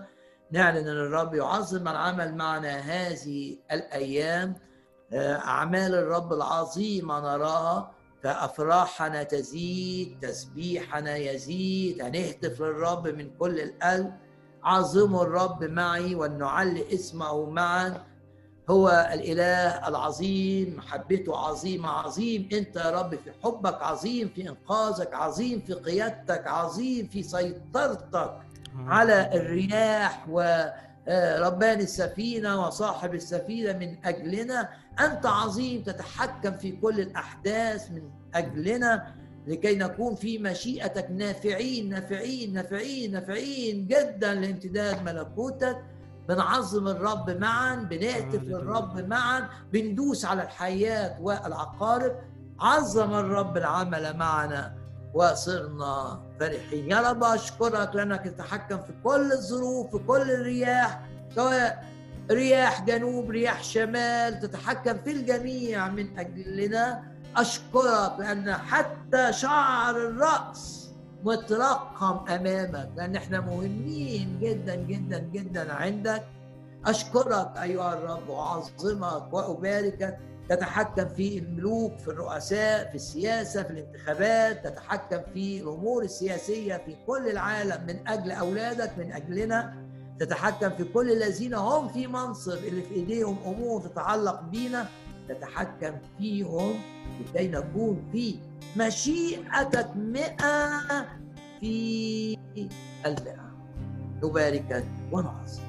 Speaker 1: نعلن أن الرب يعظم العمل معنا هذه الأيام، أعمال الرب العظيمة نراها، فأفراحنا تزيد، تسبيحنا يزيد، هنهتف للرب من كل القلب. عظموا الرب معي ولنعلي اسمه معا. هو الإله العظيم، محبته عظيمة. عظيم أنت يا رب في حبك، عظيم في إنقاذك، عظيم في قيادتك، عظيم في سيطرتك على الرياح وربان السفينة وصاحب السفينة من أجلنا. أنت عظيم، تتحكم في كل الأحداث من أجلنا لكي نكون في مشيئتك نافعين نافعين نافعين نافعين جدا لامتداد ملكوتك. بنعظم الرب معا، بنهتف للرب معا، بندوس على الحيات والعقارب. عظم الرب العمل معنا وصرنا فرحين. يا رب أشكرك لأنك تتحكم في كل الظروف، في كل الرياح، سواء رياح جنوب رياح شمال، تتحكم في الجميع من أجلنا. أشكرك لأن حتى شعر الرأس مترقم أمامك، لأن احنا مهمين جدا جدا جدا عندك. أشكرك أيها الرب وأعظمك وأباركك. تتحكم في الملوك، في الرؤساء، في السياسة، في الانتخابات، تتحكم في الأمور السياسية في كل العالم من أجل أولادك، من أجلنا. تتحكم في كل الذين هم في منصب، اللي في إيديهم أمور تتعلق بينا، تتحكم فيهم لكي نكون في مشيئتك 100 في 100. نباركك ونعظمك.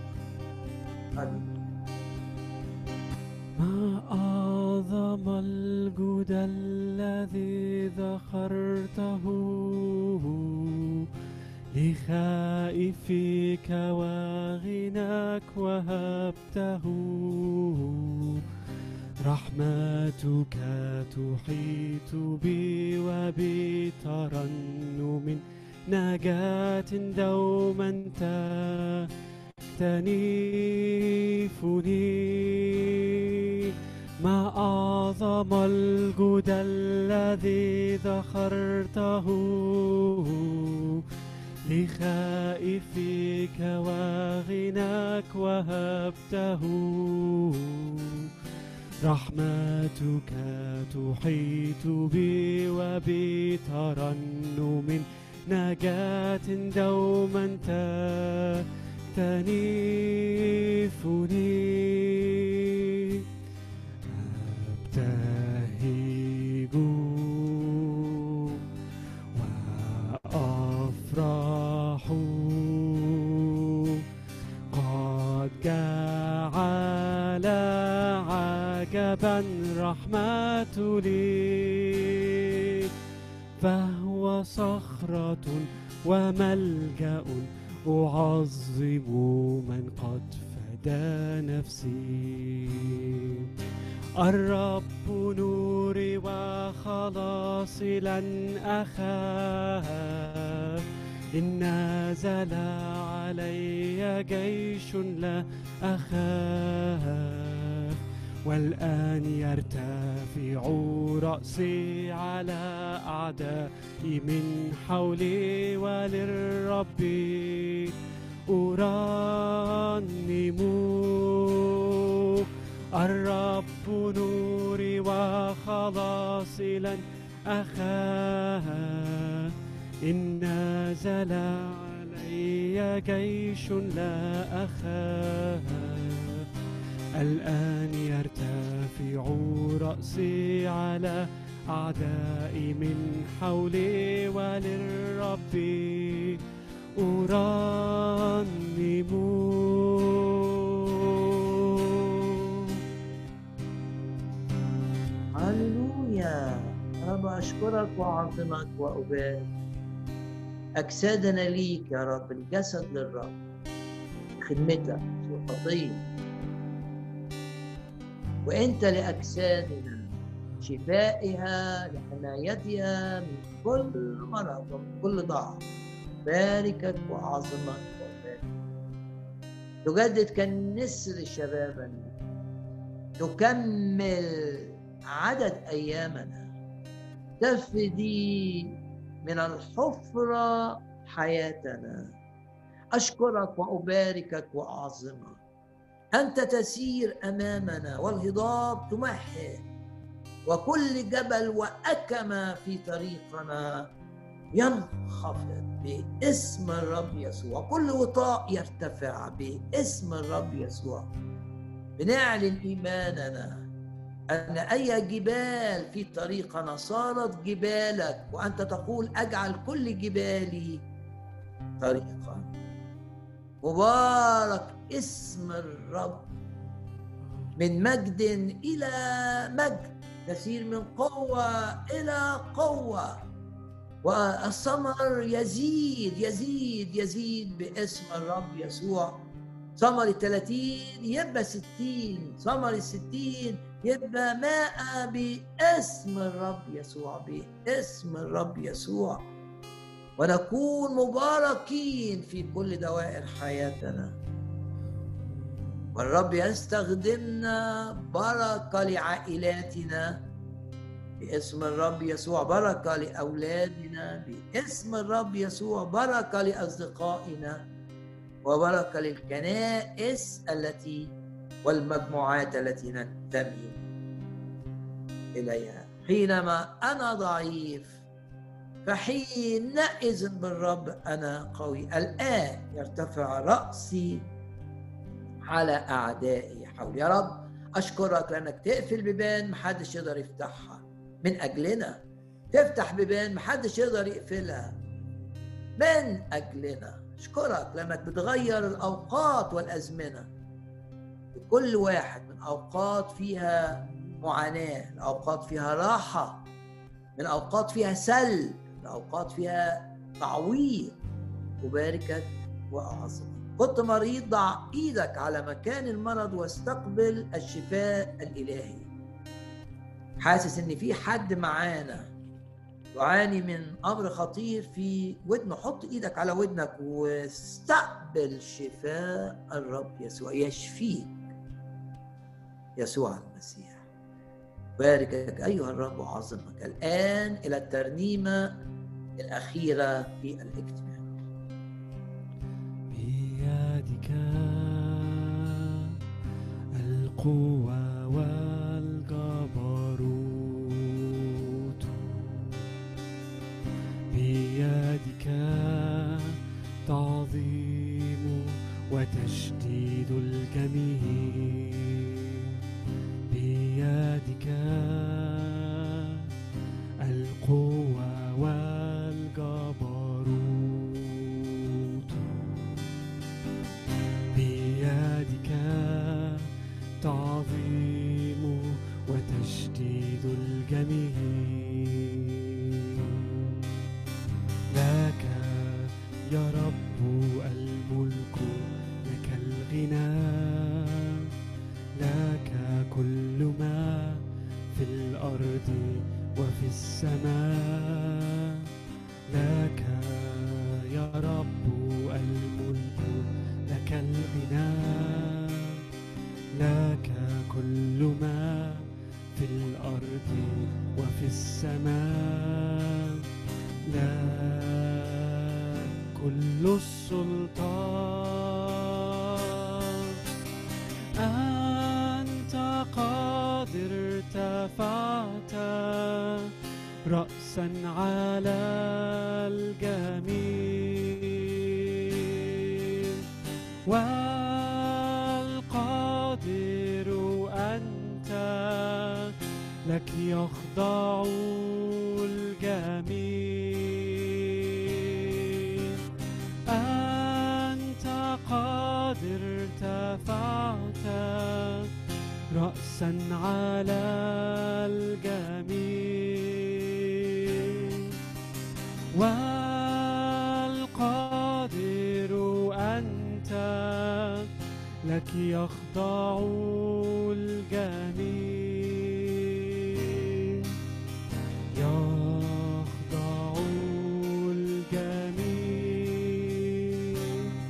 Speaker 2: ما أعظم الجود الذي ذخرته لخائفك وغناك وهبته. رحمتك تحيط بي وبترنم نجاة دوما تنيفني. ما أعظم الجود الذي ذخرته لخائفك وغناك وهبته. رحمتك تحيط بي وبترنم نجاة دوما تنيفني. أبتهج وأفرح، قد جعل عجبا رحمة لي. فهو صخرة وملجأ أعظم من قد فدى نفسي. الرب نوري وخلاصي لن أخاف. إن نزل علي جيش لا أخاف. والآن يرتفع رأسي على أعدائي من حولي وللرب أرنم. الرب نوري وخلاصي لن أخاف. إن نزل علي جيش لا أخاف. الآن يرتفع رأسي على أعدائي من حولي وللرب أرنم.
Speaker 1: هللويا. رب أشكرك وأعظمك وأبارك. أجسادنا ليك يا رب، الجسد للرب، خدمتك في الخطية، وأنت لأجسادنا شفائها، لحمايتها من كل مرض ومن كل ضعف. باركك وأعظمك وأبارك. تجدد كالنسر شبابنا، تكمل عدد أيامنا، تفدي من الحفرة حياتنا. أشكرك وأباركك وأعظمك. أنت تسير أمامنا والهضاب تمهد، وكل جبل وأكمة في طريقنا ينخفض باسم الرب يسوع، كل وطاء يرتفع باسم الرب يسوع. بنعلن إيماننا أن أي جبال في طريقنا صارت جبالك، وأنت تقول أجعل كل جبالي طريقا. مبارك اسم الرب، من مجد إلى مجد، تسير من قوة إلى قوة، والثمر يزيد يزيد يزيد باسم الرب يسوع. ثمر 30 يبقى 60، ثمر 60 يبقى 100 باسم الرب يسوع، باسم الرب يسوع. ونكون مباركين في كل دوائر حياتنا، والرب يستخدمنا بركة لعائلاتنا باسم الرب يسوع، بركة لأولادنا باسم الرب يسوع، بركة لأصدقائنا، وبركة للكنائس التي والمجموعات التي ننتمي إليها. حينما أنا ضعيف فحينئذ بالرب أنا قوي. الآن يرتفع رأسي على أعدائي حولي. يا رب أشكرك لأنك تقفل بيبان محدش يقدر يفتحها من أجلنا، تفتح بيبان محدش يقدر يقفلها من أجلنا. أشكرك لأنك بتغير الأوقات والأزمنة، لكل واحد من أوقات فيها معاناة، من أوقات فيها راحة، من أوقات فيها سلب، من أوقات فيها تعويض. أباركك وأعظمك. كنت مريض، ضع إيدك على مكان المرض واستقبل الشفاء الإلهي. حاسس إن في حد معانا يعاني من أمر خطير في ودنه، حط إيدك على ودنك واستقبل شفاء الرب يسوع، يشفيك يسوع المسيح. باركك أيها الرب وعظمك. الآن إلى الترنيمة الأخيرة في الاجتماع.
Speaker 2: بيدك القوة والجبروت، بيدك تعظيم وتشديد الجميع، بيدك القوة والجبروت، بيدك تعظيم وتشديد الجميع. لك يا رب الملك، لك الغنى، لك كل ما في الأرض وفي السماء. لك يا رب الملك، لك الغنى، لك كل ما في الأرض وفي السماء. لك كل السلطان. أنت قادر ارتفعت رأسا على الجميع، والقادر أنت، لك يخضع الجميع. أنت قادر ارتفعت رأسا على الجميع، والقادر أنت، لك يخضع الجميع، يخضع الجميع،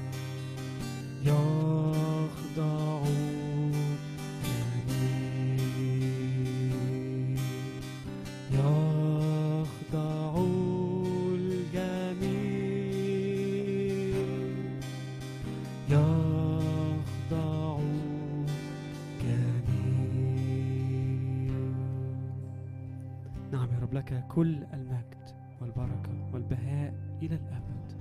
Speaker 2: يخضع يخضع الجميع نعم يا رب، لك كل المجد والبركة والبهاء إلى الأبد.